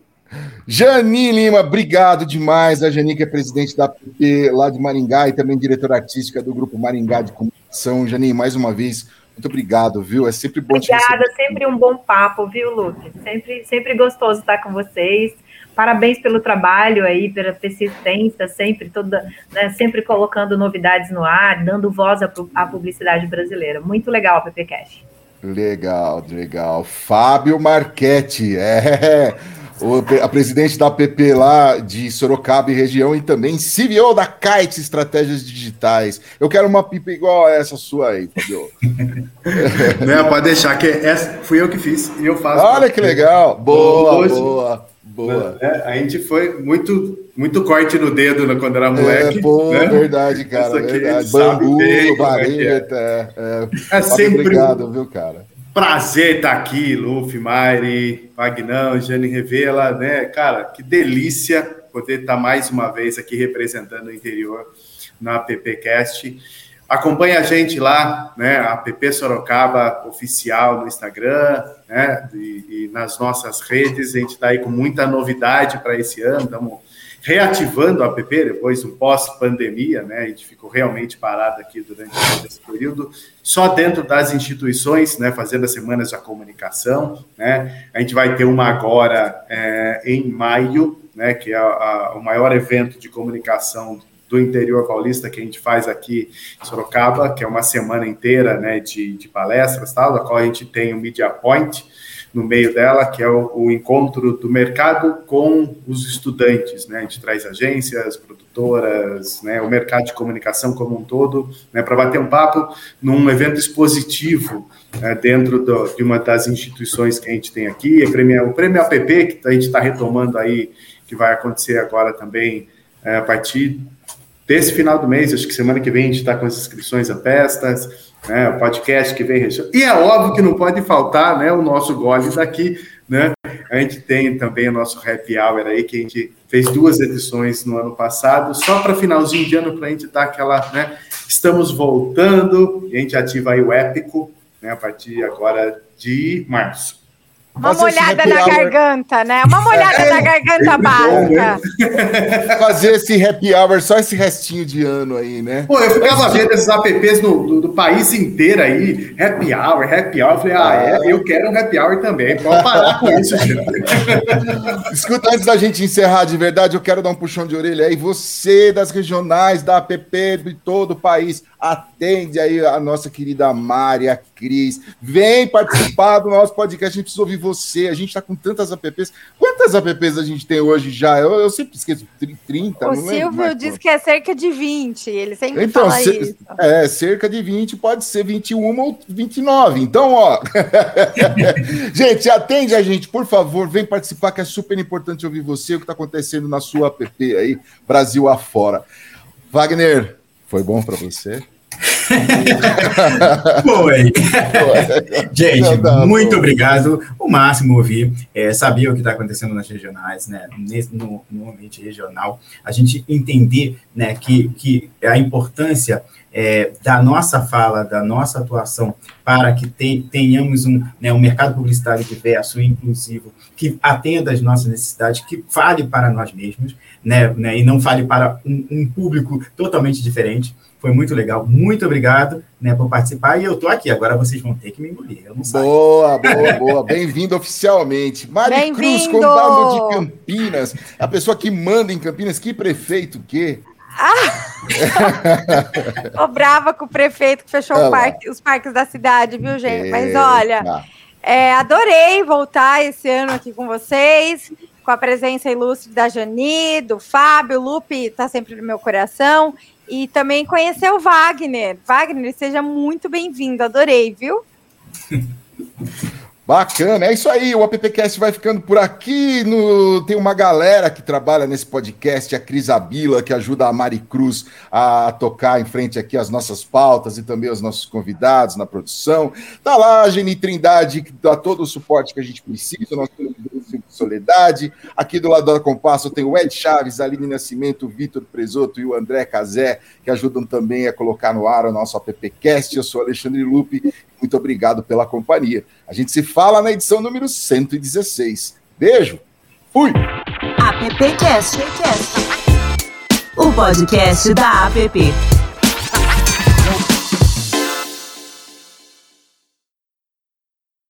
Jani Lima, obrigado demais. A Jani, que é presidente da App lá de Maringá e também diretora artística do Grupo Maringá de Comunicação. Jani, mais uma vez, muito obrigado, viu? É sempre bom te Obrigada, receber. sempre um bom papo, viu, Lupe? Sempre, sempre gostoso estar com vocês. Parabéns pelo trabalho aí, pela persistência, sempre toda, né, sempre colocando novidades no ar, dando voz à, à publicidade brasileira. Muito legal a PPcast. Legal, legal. Fábio Marchetti, é... O, a presidente da App lá de Sorocaba e região e também C E O da Kite Estratégias Digitais. Eu quero uma pipa igual a essa sua aí, Fabio. Não, pode deixar, que essa fui eu que fiz e eu faço. Olha que legal. Boa, Hoje, boa, boa. É, a gente foi muito, muito corte no dedo, né, quando era moleque. É, pô, né? verdade, cara, verdade. Bambu, vareta. É, é. É sempre Obrigado, um viu, cara? prazer estar aqui, Luffy, Mari, Magnão, Jane Revela, né? Cara, que delícia poder estar mais uma vez aqui representando o interior na PPcast. Acompanhe a gente lá, né? A App Sorocaba Oficial no Instagram, né? E, e nas nossas redes. A gente está aí com muita novidade para esse ano. Estamos reativando a App depois do pós-pandemia, né? A gente ficou realmente parado aqui durante todo esse período, só dentro das instituições, né? Fazendo as semanas de comunicação, né? A gente vai ter uma agora é, em maio, né? Que é a, a, o maior evento de comunicação do interior paulista que a gente faz aqui em Sorocaba, que é uma semana inteira, né? De, de palestras, tal, da qual a gente tem o Media Point no meio dela, que é o, o encontro do mercado com os estudantes, né? A gente traz agências, produtoras, né? O mercado de comunicação como um todo, né? Para bater um papo num evento expositivo, né? Dentro do, de uma das instituições que a gente tem aqui, o Prêmio, o Prêmio App, que a gente está retomando aí, que vai acontecer agora também, é, a partir desse final do mês, acho que semana que vem a gente está com as inscrições abertas, né, o podcast que vem. E é óbvio que não pode faltar, né, o nosso gole daqui, né? A gente tem também o nosso happy hour aí, que a gente fez duas edições no ano passado, só para finalzinho de ano, para a gente dar aquela, né? Estamos voltando, e a gente ativa aí o épico, né, a partir agora de março. Uma molhada na garganta, né? Uma molhada É, na garganta básica. Fazer esse happy hour, só esse restinho de ano aí, né? Pô, eu ficava vendo esses apps no, do, do país inteiro aí, happy hour, happy hour. Eu falei, ah, é, eu quero um happy hour também. Pode parar com isso, gente. Escuta, antes da gente encerrar de verdade, eu quero dar um puxão de orelha aí. Você das regionais, da App de todo o país, até atende aí a nossa querida Mari, a Cris. Vem participar do nosso podcast, a gente precisa ouvir você. A gente está com tantas apps. Quantas apps a gente tem hoje já? Eu, eu sempre esqueço, trinta. O não Silvio disse que é cerca de vinte, ele sempre então, fala ce- isso. É, cerca de vinte, pode ser vinte e um ou vinte e nove. Então, ó. Gente, atende a gente, por favor, vem participar, que é super importante ouvir você, o que está acontecendo na sua app aí, Brasil afora. Wagner, foi bom para você? Foi. Gente, muito obrigado. O máximo ouvir, é, saber o que está acontecendo nas regionais, né? Nesse, no, no ambiente regional, a gente entender, né, que, que a importância é, da nossa fala, da nossa atuação, para que te, tenhamos um, né, um mercado publicitário diverso e inclusivo, que atenda às nossas necessidades, que fale para nós mesmos, né, né, e não fale para um, um público totalmente diferente. Foi muito legal. Muito obrigado, né, por participar. E eu tô aqui. Agora vocês vão ter que me engolir. Eu não saio. Boa, boa, boa. Bem-vindo oficialmente. Mari Cruz, condado de Campinas. A pessoa que manda em Campinas. Que prefeito o quê? Ah! Tô brava com o prefeito que fechou o parque, os parques da cidade, viu, gente? É, Mas olha, é, adorei voltar esse ano aqui com vocês, com a presença ilustre da Jani, do Fábio, o Lupe tá sempre no meu coração. E também conhecer o Wagner. Wagner, seja muito bem-vindo, adorei, viu? Bacana, é isso aí, o AppCast vai ficando por aqui. No... Tem uma galera que trabalha nesse podcast, a Cris Abila, que ajuda a Mari Cruz a tocar em frente aqui as nossas pautas e também os nossos convidados na produção. Tá lá a Geni Trindade, que dá todo o suporte que a gente precisa, nós temos Soledade. Aqui do lado da Compasso tem o Ed Chaves, a Aline Nascimento, o Vitor Presoto e o André Cazé, que ajudam também a colocar no ar o nosso AppCast. Eu sou Alexandre Lupe, muito obrigado pela companhia. A gente se fala na edição número cento e dezesseis. Beijo, fui! AppCast, o podcast da App.